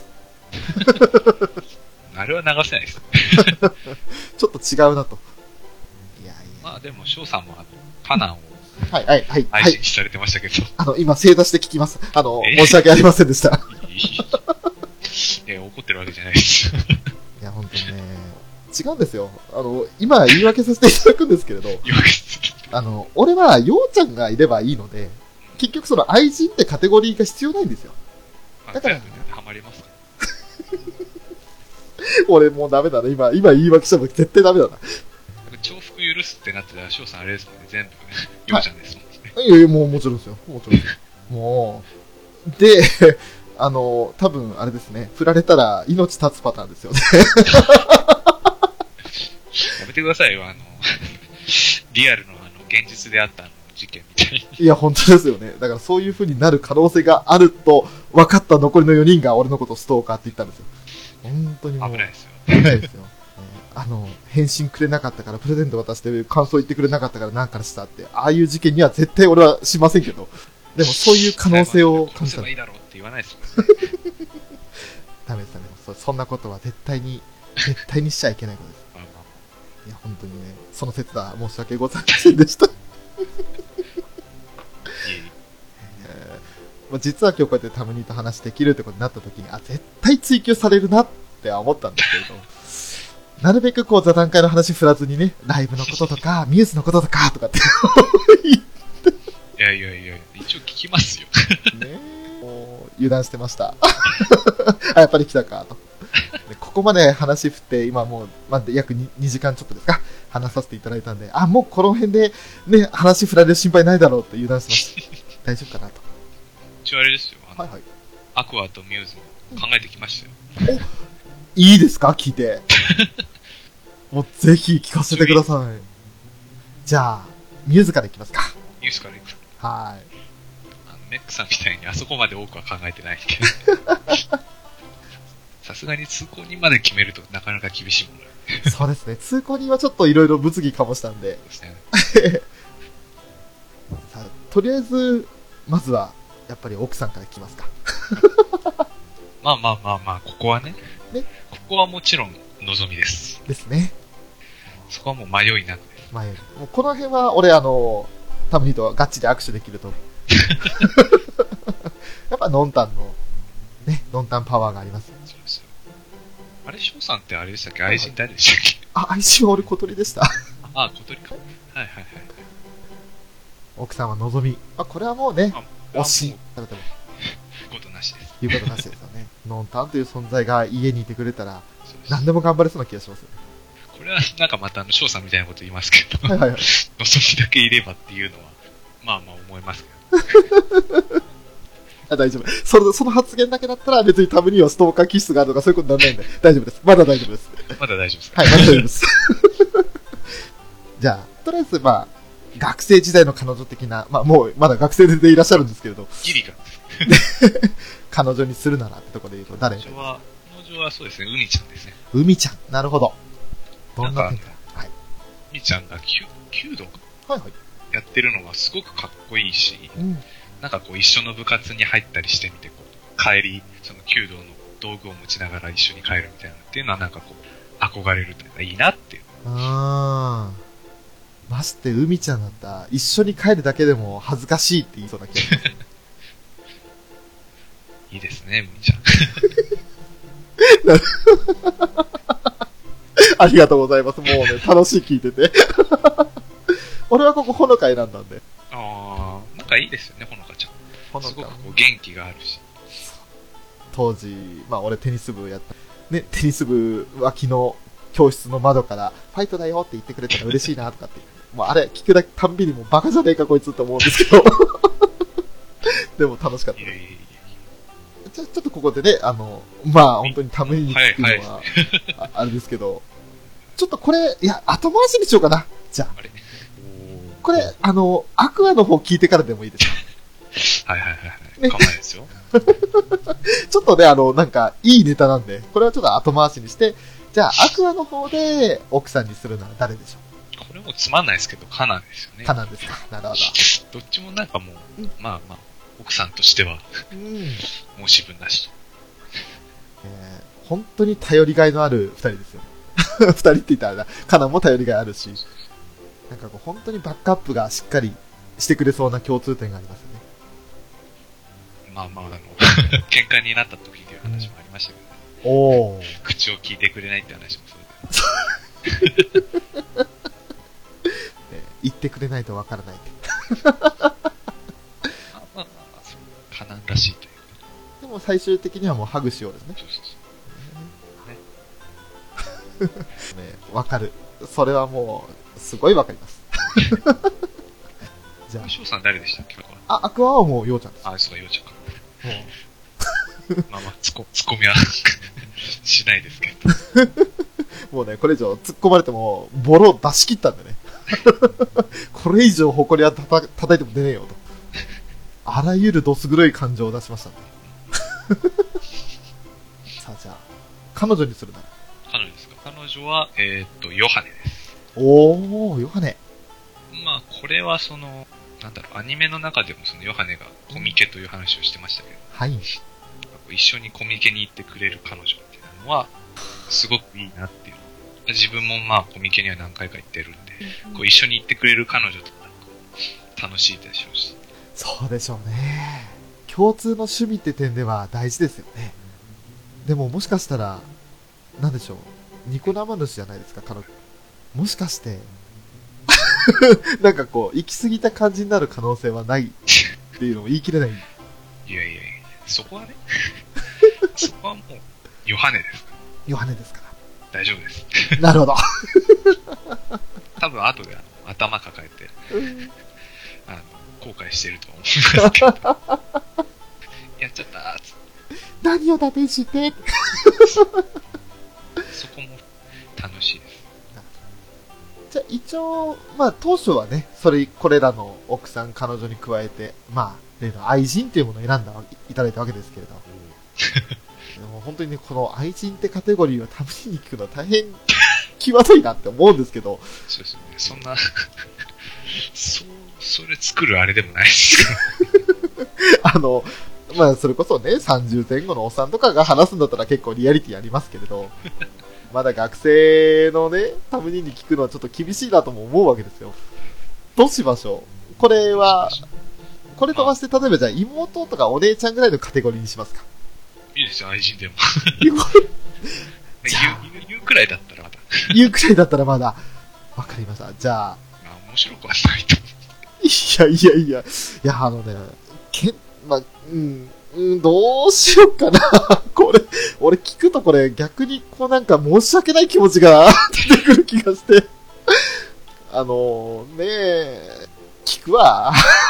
あれは流せないです。 ちょっと違うなと。いやいや。 まあでも、翔さんもカナンを、 はい。 配信されてましたけど。 今、正座して聞きます。申し訳ありませんでした。 怒ってるわけじゃないです。 いや、本当にね。違うんですよ。今言い訳させていただくんですけれど、俺は、ようちゃんがいればいいので、結局その愛人ってカテゴリーが必要ないんですよ。 だから。ハマりますか？ 俺もうダメだね。今言い訳したの絶対ダメだな。 重複許すってなってたら、翔さんあれですもんね。全部、ようちゃんですもんね。 いや、もうもちろんですよ。もちろんですよ。もう。で、多分、あれですね。振られたら命絶つパターンですよね。 やめてくださいよ、リアルの現実であった事件みたいに。 いや、本当ですよね。だからそういう風になる可能性があると分かった残りの4人が俺のことをストーカーって言ったんですよ。本当にもう。 危ないですよ。 危ないですよ。返信くれなかったからプレゼント渡して感想言ってくれなかったから何からしたって、ああいう事件には絶対俺はしませんけど、でもそういう可能性を感じたらいいだろうって言わないですよね。 ダメですね。そんなことは絶対にしちゃいけないことです。いや、本当にね、その説は申し訳ございませんでした。実は今日こうやってタムニーと話できるってことになった時に、絶対追求されるなって思ったんですけれど、なるべくこう座談会の話振らずにね、ライブのこととか、ミューズのこととか、とかっていや、一応聞きますよ。 ね、もう油断してました。やっぱり来たか、と。ここまで話振って、今もう、約 2時間ちょっとですか、話させていただいたんで、もうこの辺でね、話振られる心配ないだろうって油断してました。大丈夫かなと。 一応あれですよ。 はいはい。 アクアとミューズも考えてきましたよ。 いいですか、聞いて。もうぜひ聞かせてください。じゃあ、ミューズからいきますか。 ミューズからいく。 はい。 メックさんみたいにあそこまで多くは考えてないけど。さすがに通行人まで決めるとなかなか厳しいもの。 そうですね。通行人はちょっといろいろ物議かもしたんで。 そうですね。 さあ、とりあえず、まずは、やっぱり奥さんから聞きますか。 まあ、ここはね。ここはもちろん望みです。 ですね。 そこはもう迷いなく。 もうこの辺は俺タムニーとガッチで握手できると。やっぱノンタンのね、ノンタンパワーがあります。 そうですよ。 あれ、翔さんってあれでしたっけ？愛人誰でしたっけ？ 愛人は俺小鳥でした。 小鳥か。はいはいはい。 奥さんはのぞみ。これはもうね、惜しい。 ことなしです。 いうことなしですよね。のんたんという存在が家にいてくれたら、何でも頑張れそうな気がしますよね。 これはなんかまた翔さんみたいなこと言いますけど、 はいはいはい。 のぞみだけいればっていうのは、まあまあ思いますけど。大丈夫。その発言だけだったら別にためにはストーカー気質があるとかそういうことにならないんで、大丈夫です。まだ大丈夫です。 まだ大丈夫ですか？ はい、まだ大丈夫です。じゃあ、とりあえず学生時代の彼女的な、もうまだ学生でいらっしゃるんですけれど。 ギリが。 彼女にするならってところで言うと誰？ 彼女はそうですね、海ちゃんですね。 海ちゃん。なるほど。どんな点か。はい。 海ちゃんが弓道はいはい。 やってるのがすごくかっこいいし、なんかこう一緒の部活に入ったりしてみて、帰り、その弓道の道具を持ちながら一緒に帰るみたいなっていうのはなんかこう、憧れるというかいいなっていう。 まして海ちゃんだったら一緒に帰るだけでも恥ずかしいって言いそうな気がします。 いいですね、海ちゃん。 ありがとうございます。もうね、楽しい聞いてて。俺はここほのか選んだんで。 なんかいいですよね、ほのかちゃん。すごくこう元気があるし。 当時、俺テニス部やった。ね、テニス部脇の教室の窓から、ファイトだよって言ってくれたら嬉しいなとかって。もうあれ、聞くだけたんびにもうバカじゃねえかこいつって思うんですけど。でも楽しかったです。ちょっとここでね、本当にために聞くのは、あれですけど、ちょっとこれ、後回しにしようかな。じゃあ。これ、アクアの方聞いてからでもいいですか？ はいはいはい。ね、構わないですよ。 ちょっとね、なんか、いいネタなんで、これはちょっと後回しにして、じゃあ、アクアの方で奥さんにするなら誰でしょう？これもつまんないですけど、カナンですよね。 カナンですか。なるほど。 どっちもなんかもう、奥さんとしては、申し分なし。 本当に頼りがいのある二人ですよ。二人って言ったら、カナンも頼りがいあるし、なんかこう本当にバックアップがしっかりしてくれそうな共通点がありますよね。 喧嘩になった時っていう話もありましたけどね。口を聞いてくれないって話もそうで。 言ってくれないとわからないって。 カナンらしいというか。 でも最終的にはもうハグしようですね。そう。ね、わかる。それはもう、すごいわかります。 じゃあ。翔さん誰でしたっけ？ アクアはもう、ようちゃんです。 そうか、ようちゃんか。ツッコミはしないですけど。 もうね、これ以上突っ込まれても、ボロを出し切ったんでね。これ以上誇りは叩いても出ねえよと。あらゆるどす黒い感情を出しましたね。さあ、じゃあ、彼女にするなら。 彼女ですか？彼女は、ヨハネです。 ヨハネ。 これはアニメの中でもそのヨハネがコミケという話をしてましたけど、 はい。 一緒にコミケに行ってくれる彼女っていうのは、すごくいいなっていう。自分もコミケには何回か行ってるんで、一緒に行ってくれる彼女と楽しいでしょうし。 そうでしょうね。共通の趣味って点では大事ですよね。でももしかしたら、なんでしょう。ニコ生主じゃないですか、彼女。もしかして、なんかこう、行き過ぎた感じになる可能性はないっていうのも言い切れない。 いや、そこはね、そこはもう、ヨハネですから。 ヨハネですから。 大丈夫です。 なるほど。 多分後で頭抱えて、後悔してると思うんですけど。やっちゃったーっつって。 何をだてして。 そこも楽しいです。 じゃあ一応、当初はね、これらの奥さん、彼女に加えて、例の愛人というものを選んだいただいたわけですけれど。でも本当にね、この愛人ってカテゴリーを試しに聞くのは大変際どいなって思うんですけど。 そうですよね。そんな、それ作るあれでもないですから。 それこそね、30前後のおっさんとかが話すんだったら結構リアリティありますけれど、まだ学生のね、タムニーに聞くのはちょっと厳しいなとも思うわけですよ。どうしましょう？これ飛ばして、例えばじゃあ妹とかお姉ちゃんぐらいのカテゴリーにしますか？ いいですよ、愛人でも。 言うくらいだったらまだ。 言うくらいだったらまだ。わかりました。じゃあ。 面白くはないと。 いや、どうしようかな。これ、俺聞くとこれ逆にこうなんか申し訳ない気持ちが出てくる気がして。聞くわ。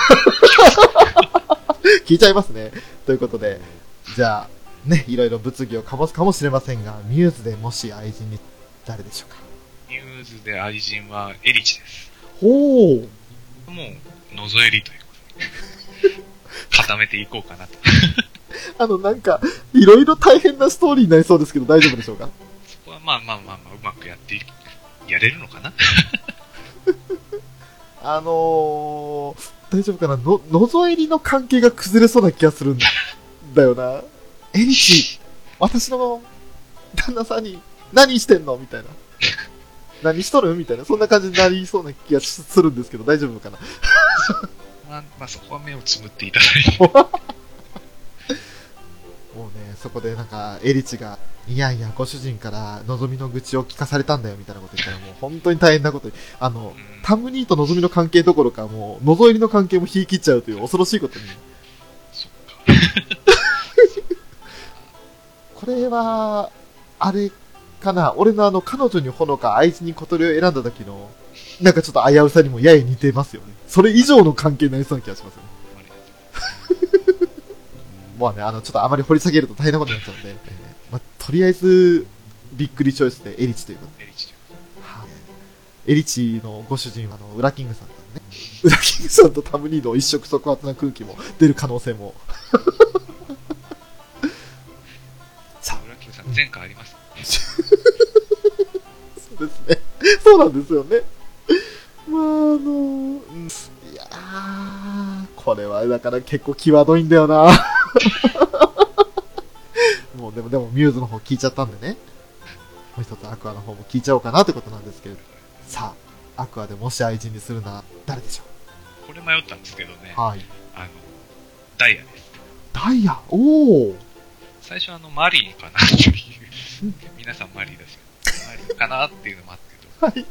聞いちゃいますね。ということで、じゃあ、ね、いろいろ物議を醸すかもしれませんが、ミューズでもし愛人に誰でしょうか。 ミューズで愛人はエリチです。 ほう。 もう、のぞえりということで。固めていこうかなと。 なんか、いろいろ大変なストーリーになりそうですけど、大丈夫でしょうか。 そこはまあ、うまくやれるのかな。 大丈夫かな。のぞえりの関係が崩れそうな気がするんだよな。エリチ、私の旦那さんに何してんのみたいな。何しとるみたいな。そんな感じになりそうな気がするんですけど、大丈夫かな。 まあ、そこは目をつむっていただいて。もうね、そこでなんか、エリチが、いやいや、ご主人から望みの愚痴を聞かされたんだよ、みたいなこと言ったらもう本当に大変なことに。タムニーと望みの関係どころか、もう、のぞえりの関係も引き切っちゃうという恐ろしいことに。 そっか。 これは、あれかな、俺の彼女にほのか愛人に小鳥を選んだ時の、なんかちょっと危うさにもやや似てますよね。それ以上の関係になりそうな気がしますよね。まあね、ちょっとあまり掘り下げると大変なことになっちゃうんで、まあ、とりあえず、びっくりチョイスでエリチということで。エリチのご主人はウラキングさんだね。ウラキングさんとタムニーの一触即発な空気も出る可能性も。 さあ、ウラキングさん前科あります。 そうですね。そうなんですよね。まあいやー、これはだから結構際どいんだよな。もうでもミューズの方聞いちゃったんでね。もう一つアクアの方も聞いちゃおうかなってことなんですけれど。さあ、アクアでもし愛人にするなら誰でしょう。これ迷ったんですけどね。 はい。 ダイヤです。 ダイヤ、おー。 最初マリーかなっていう。皆さんマリーだし。マリーかなっていうのもあったけど。はい。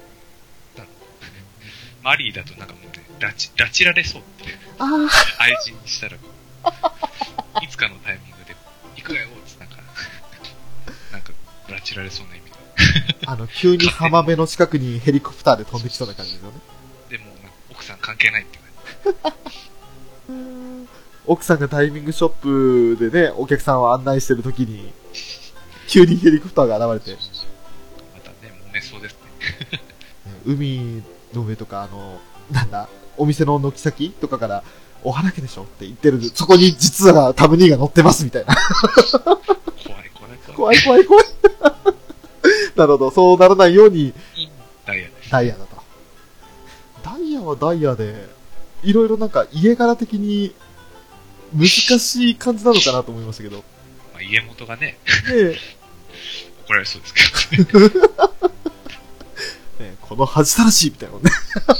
マリーだとなんかもうね、拉致られそうって。愛人にしたら、いつかのタイミングで、行くがよってなんか拉致られそうな意味で。 急に浜辺の近くにヘリコプターで飛んできそうな感じですよね。 でも、奥さん関係ないって感じ。奥さんがタイミングショップでね、お客さんを案内してるときに、急にヘリコプターが現れて。 またね、揉めそうですね。 海の上とか、なんだ、お店の軒先とかから、お花家でしょって言ってる、そこに実はタムニーが乗ってますみたいな。怖い。なるほど、そうならないように、 ダイヤです。 ダイヤだと。ダイヤはダイヤで、いろいろなんか家柄的に難しい感じなのかなと思いましたけど。 まあ、家元がね、怒られそうですけどね。この恥たらしいみたいなね。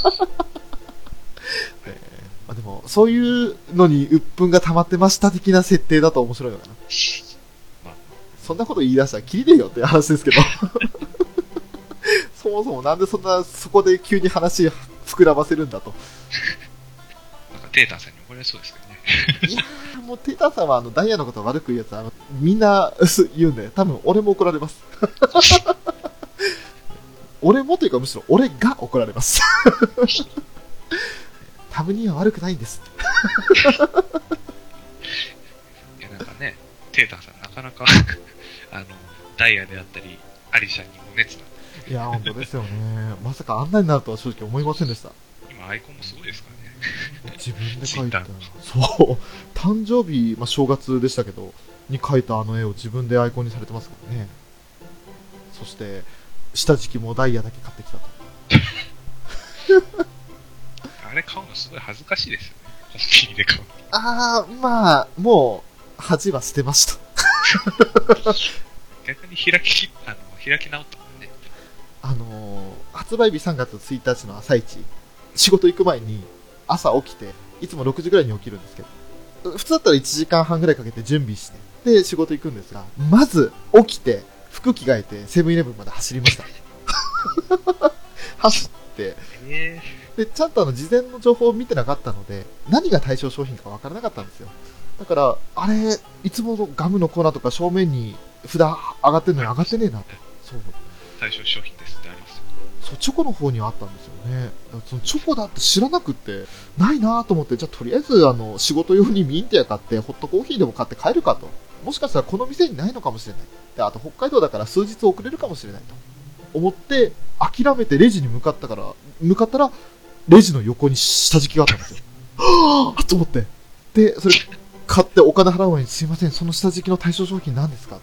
まあ、でも、そういうのに鬱憤が溜まってました的な設定だと面白いのかな。まあ、そんなこと言い出したらキリねえよっていう話ですけど。そもそもなんでそこで急に話膨らませるんだと。 なんかテータンさんに怒られそうですけどね。 いやー、もうテータンさんはダイヤのことを悪く言うやつはみんな言うんで、多分俺も怒られます。俺もというかむしろ俺が怒られます。タムニーは悪くないんです。 いやなんかね、テータンさんなかなかダイヤであったりアリシャにも熱なんで。 いや本当ですよね。まさかあんなになるとは正直思いませんでした。 今アイコンもすごいですからね。 自分で描いた。そう。誕生日、まあ、正月でしたけどに描いたあの絵を自分でアイコンにされてますからね。そして下敷きもダイヤだけ買ってきたと。 あれ買うのすごい恥ずかしいですよね。本気で買う。 まあもう恥は捨てました。 逆に開き直ったもんね。 発売日3月1日の朝一、仕事行く前に朝起きて、いつも6時ぐらいに起きるんですけど、普通だったら1時間半ぐらいかけて準備して、で仕事行くんですが、まず起きて、 服着替えてセブンイレブンまで走りました。走って、で、ちゃんと事前の情報を見てなかったので、何が対象商品かわからなかったんですよ。だから、あれ、いつものガムのコーナーとか正面に札上がってんのに上がってねえなと。そう。 対象商品ですってありますよ。 そう、チョコの方にはあったんですよね。そのチョコだって知らなくって、ないなと思って、じゃあとりあえず仕事用にミンティア買って、ホットコーヒーでも買って帰るかと。もしかしたらこの店にないのかもしれない。で、あと北海道だから数日遅れるかもしれないと。思って、諦めてレジに向かったら、レジの横に下敷きがあったんですよ。はぁーと思って。で、それ、買ってお金払う前に、すいません、その下敷きの対象商品何ですか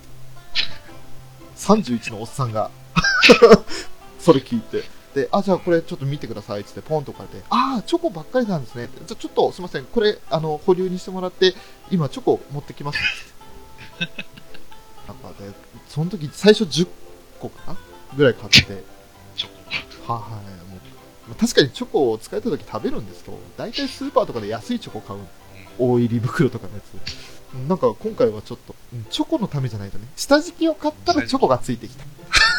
?31 のおっさんが、それ聞いて。で、じゃあこれちょっと見てくださいってってポンと置かれて、チョコばっかりなんですね。じゃあちょっとすいません、これ、保留にしてもらって、今チョコ持ってきますって。なんかで、その時最初10個かなぐらい買って。 チョコはい、もう、確かにチョコを使えた時食べるんですけど、大体スーパーとかで安いチョコ買う。大入り袋とかのやつ。なんか今回はちょっと、チョコのためじゃないとね、下敷きを買ったらチョコがついてきた。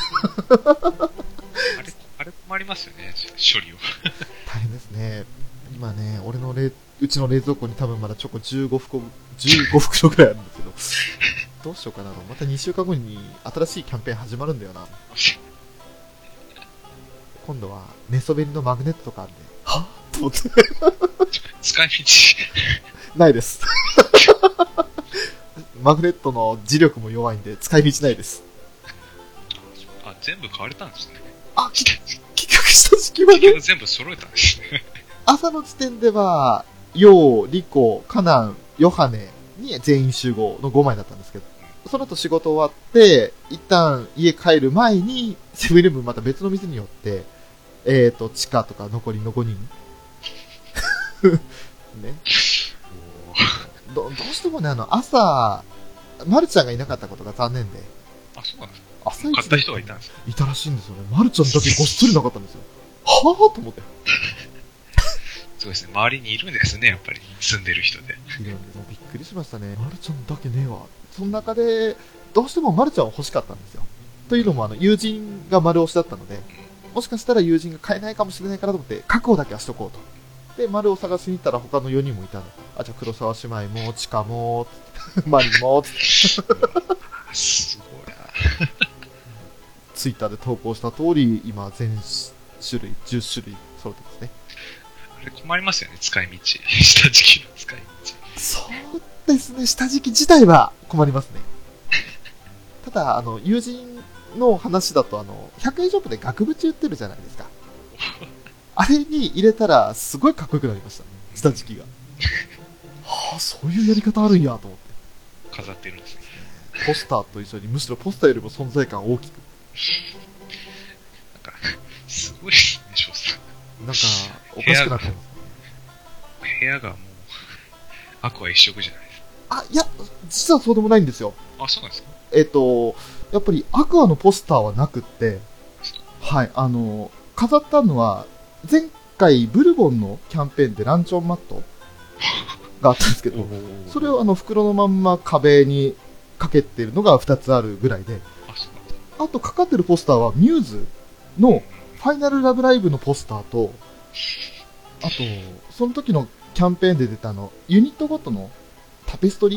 あれ困りますよね、処理を。 大変ですね。今ね、うちの冷蔵庫に多分まだチョコ15袋ぐらいあるんですけど、どうしようかな。また2週間後に新しいキャンペーン始まるんだよな。今度は寝そべりのマグネットとかあるんで、はぁと思って。 使い道ないです。マグネットの磁力も弱いんで使い道ないです。 全部買われたんですね。 結局下敷きまで全部揃えたんですね。 朝の時点では、ヨウ、リコ、カナン、ヨハネに全員集合の5枚だったんですけど、その後仕事終わって、一旦家帰る前に、セブンイレブンまた別の店に寄って、チカとか残りの5人。ね。どうしてもね、朝、マルちゃんがいなかったことが残念で。 そうなんですか。 朝一買った人がいたんですか。 いたらしいんですよね。マルちゃんだけごっそりなかったんですよ。はぁと思って。 そうですね。周りにいるんですね、やっぱり。住んでる人で。 いるんです。びっくりしましたね。マルちゃんだけねえわ。その中で、どうしてもマルちゃんは欲しかったんですよ。というのも、友人が丸押しだったので、もしかしたら友人が買えないかもしれないからと思って、確保だけはしとこうと。で、丸を探しに行ったら他の4人もいたの。じゃあ黒沢姉妹も、チカも、マリも、 すごいな。 ツイッターで投稿した通り、今全種類、10種類揃ってますね。 あれ困りますよね、使い道。下敷きの使い道。 そうですね、下敷き自体は困りますね。ただ、友人の話だと、100円ショップで額縁売ってるじゃないですか。あれに入れたら、すごいかっこよくなりました。下敷きが。はぁ、そういうやり方あるんやと思って。 飾ってるんですね。 ポスターと一緒に、むしろポスターよりも存在感大きく。 なんか、すごいですね、翔さん。 なんか、おかしくなってますね。 部屋がもう、アクア一色じゃないですか。 いや、実はそうでもないんですよ。 そうなんですか。 やっぱりアクアのポスターはなくって、はい、飾ったのは、前回ブルボンのキャンペーンでランチョンマットがあったんですけど、それを袋のまんま壁にかけてるのが2つあるぐらいで、あとかかってるポスターはミューズのファイナルラブライブのポスターと、あと、その時のキャンペーンで出たユニットごとのタペストリ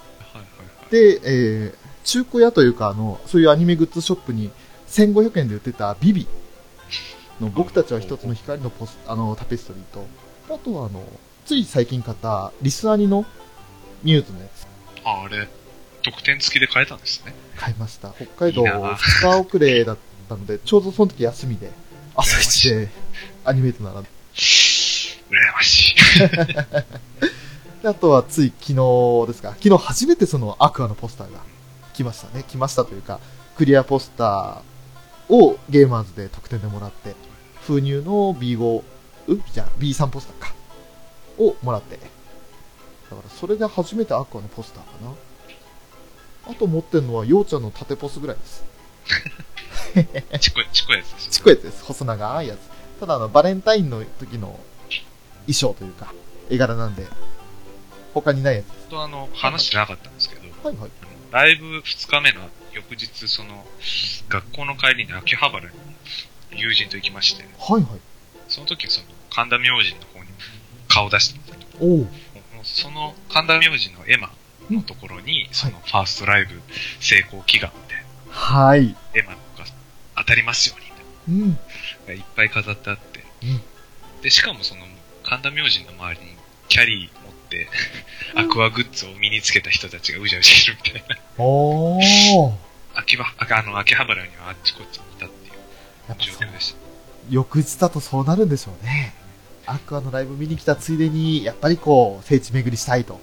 で、中古屋というか、そういうアニメグッズショップに1500円で売ってたビビの僕たちは一つの光のタペストリーと、あとはつい最近買ったリスアニのミューズのやつ。 あれ、特典付きで買えたんですね。 買いました。北海道2日遅れだったので、ちょうどその時休みで、朝一でアニメート並んで。 羨ましい。 あとはつい昨日ですか。昨日初めてそのアクアのポスターが来ましたね。来ましたというか、クリアポスターをゲーマーズで特典でもらって、封入の B5、B3 ポスターか。をもらって。だからそれで初めてアクアのポスターかな。あと持ってるのは、ようちゃんの縦ポスぐらいです。 ちこやつです。 ちこやつです。細長いやつ。ただバレンタインの時の衣装というか、絵柄なんで、他にないやつです。 話してなかったんですけど、 はいはい。 ライブ2日目の翌日、学校の帰りに秋葉原に友人と行きまして、 はいはい。 その時神田明神の方に顔出したんですけど、 おう。 その神田明神の絵馬のところに、ファーストライブ成功祈願みたいな。 はい。 絵馬が当たりますように、みたいな。いっぱい飾ってあって。で、しかも神田明神の周りにキャリー持って、アクアグッズを身につけた人たちがうじゃうじゃいるみたいな。 おー。 秋葉原にはあっちこっちにいたっていう状況でした。 翌日だとそうなるんでしょうね。アクアのライブ見に来たついでに、やっぱり聖地巡りしたいと。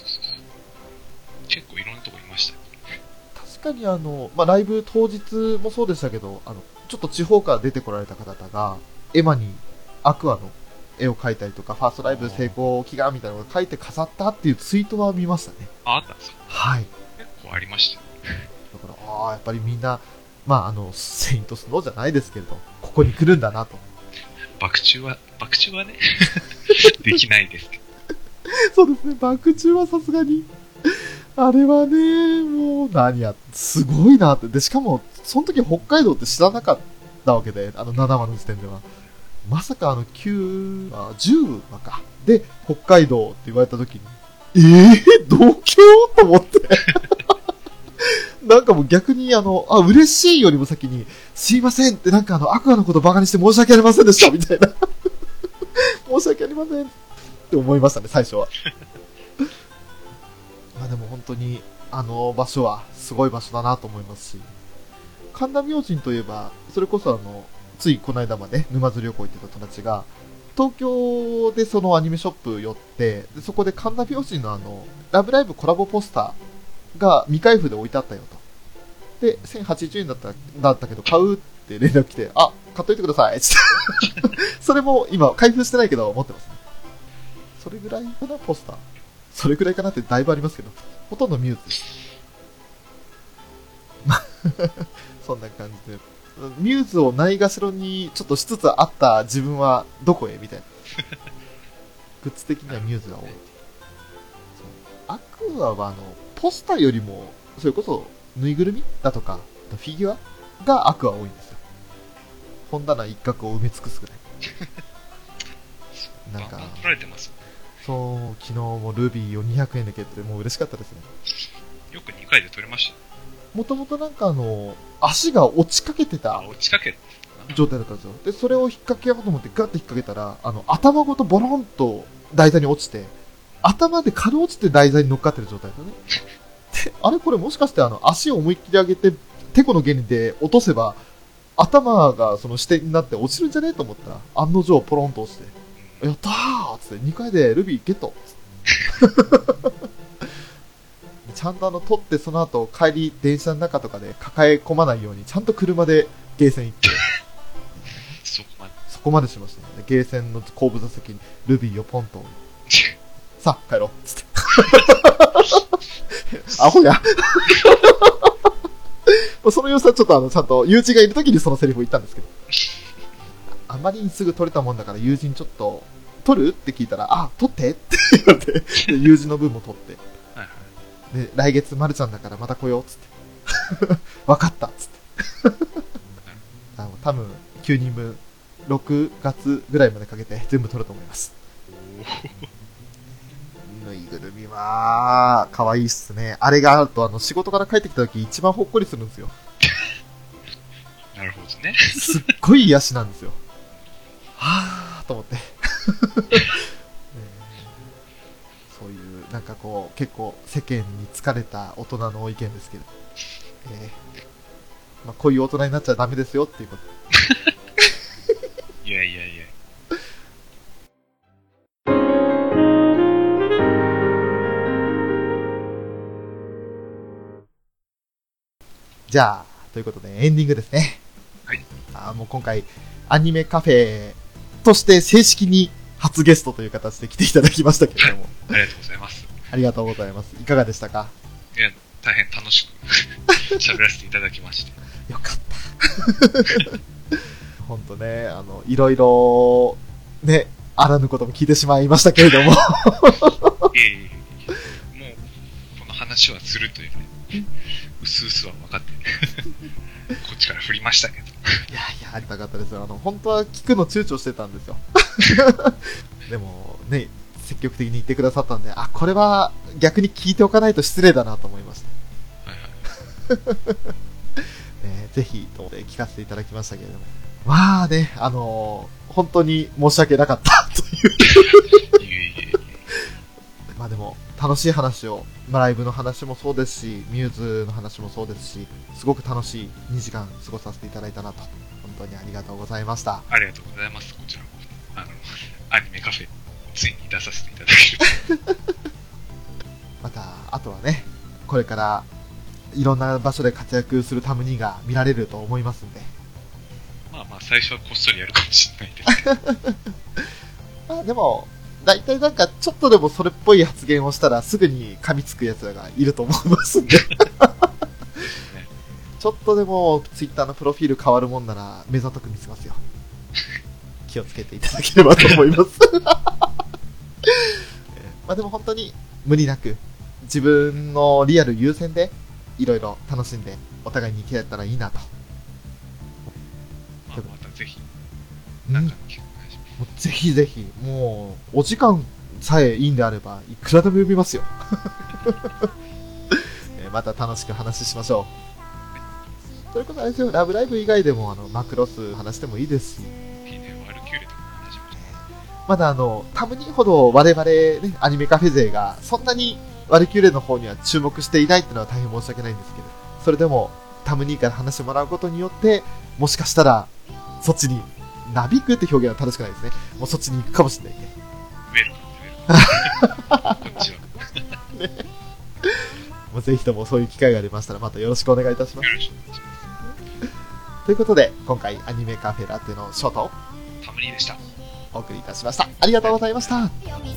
結構いろんなとこいました。 確かにライブ当日もそうでしたけど、ちょっと地方から出てこられた方々が、絵馬にアクアの絵を描いたりとか、ファーストライブ成功祈願みたいなのを描いて飾ったっていうツイートは見ましたね。 あったんですか？ はい。 結構ありましたよ。 だから、やっぱりみんな、セイントスノーじゃないですけれど、ここに来るんだなと。 爆中はね、できないですけど。 そうですね、爆中はさすがに。あれはね、もう、すごいなって。で、しかも、その時北海道って知らなかったわけで、7話の時点では。まさか10話か。で、北海道って言われた時に、同郷と思って。なんかもう逆に嬉しいよりも先に、すいませんってアクアのことバカにして申し訳ありませんでしたみたいな。申し訳ありませんって思いましたね、最初は。でも本当に、場所はすごい場所だなと思いますし、神田明神といえば、それこそついこの間まで沼津旅行行ってた友達が、東京でそのアニメショップ寄って、でそこで神田明神のラブライブコラボポスターが未開封で置いてあったよと。で、1080円だったけど買うって連絡来て、買っといてくださいってそれも今開封してないけど持ってますね。それぐらいかな、ポスター。それぐらいかなってだいぶありますけど、ほとんどミューズです。そんな感じで。ミューズをないがしろにちょっとしつつあった自分はどこへみたいな。グッズ的にはミューズが多い。アクアはポスターよりも、それこそぬいぐるみだとか、フィギュアがアクア多いんですよ。本棚一角を埋め尽くすぐらい。 なんか、取られてます。 そう、昨日もルビーを200円で蹴ってもう嬉しかったですね。 よく2回で取れました。 もともと足が落ちかけてた状態だったんですよ。で、それを引っ掛けようと思ってガッと引っ掛けたら、頭ごとボロンと台座に落ちて、頭で軽落ちて台座に乗っかってる状態だよね。で、あれこれもしかして足を思いっきり上げて、テコの原理で落とせば、頭がその支点になって落ちるんじゃねえと思ったら、案の定ポロンと落ちて、やったーっつって2回でルビーゲットちゃんと取ってその後帰り電車の中とかで抱え込まないようにちゃんと車でゲーセン行ってそこまでしましたね。ゲーセンの後部座席にルビーをポンとさあ帰ろうっつってアホやその様子はちょっとちゃんと友人がいる時にそのセリフを言ったんですけど、あまりにすぐ取れたもんだから友人ちょっと取るって聞いたら、取ってって言って友人の分も取ってで、来月まるちゃんだからまた来ようっつって分かったっつって多分9人分6月ぐらいまでかけて全部取ると思います。ぬいぐるみは可愛いっすね。あれがあると仕事から帰ってきた時一番ほっこりするんですよ。 なるほどね。 すっごい癒しなんですよ。はぁーと思ってそういうなんかこう結構世間に疲れた大人の意見ですけど、こういう大人になっちゃダメですよっていうこといやいやいや。 じゃあということでエンディングですね。 はい。 もう今回アニメカフェとして正式に初ゲストという形で来ていただきましたけれどもありがとうございます。 ありがとうございます。いかがでしたか？ いや、大変楽しく喋らせていただきましてよかった本当ね、いろいろね、あらぬことも聞いてしまいましたけれどももうこの話はするというね、 うすうすは分かってこっちから振りましたけど。 いやいや、ありたかったですよ。本当は聞くの躊躇してたんですよ。でも、ね、積極的に言ってくださったんで、あ、これは逆に聞いておかないと失礼だなと思いました。はいはい。ぜひ、と思って聞かせていただきましたけれども。まあね、本当に申し訳なかったというまあでも、楽しい話を、ライブの話もそうですし、ミューズの話もそうですし、すごく楽しい2時間過ごさせていただいたなと、本当にありがとうございました。 ありがとうございます。こちらも、アニメカフェ、ついに出させていただける。 また、あとはね、これから、いろんな場所で活躍するタムニーが見られると思いますんで。 まあまあ、最初はこっそりやるかもしれないですけど。 まあでも、大体なんか、ちょっとでもそれっぽい発言をしたら、すぐに噛みつく奴らがいると思いますんで。ちょっとでも、ツイッターのプロフィール変わるもんなら、目ざとく見せますよ。気をつけていただければと思います。まあでも本当に、無理なく、自分のリアル優先で、いろいろ楽しんで、お互いに行けたらいいなと。 まあ、またぜひ、なんか聞く。 もうぜひぜひ、もう、お時間さえいいんであれば、いくらでも呼びますよ。また楽しく話しましょう。それこそあれですよ、ラブライブ以外でも、マクロス話してもいいですし。まだタムニーほど我々ね、アニメカフェ勢が、そんなにワルキューレの方には注目していないっていうのは大変申し訳ないんですけど、それでも、タムニーから話してもらうことによって、もしかしたら、そっちに、なびくって表現は正しくないですね。もうそっちに行くかもしれないね。こっちは。ね。もうぜひともそういう機会がありましたら、またよろしくお願いいたします。ということで、今回アニメカフェラテのショート、 タムニーでした。 お送りいたしました。ありがとうございました。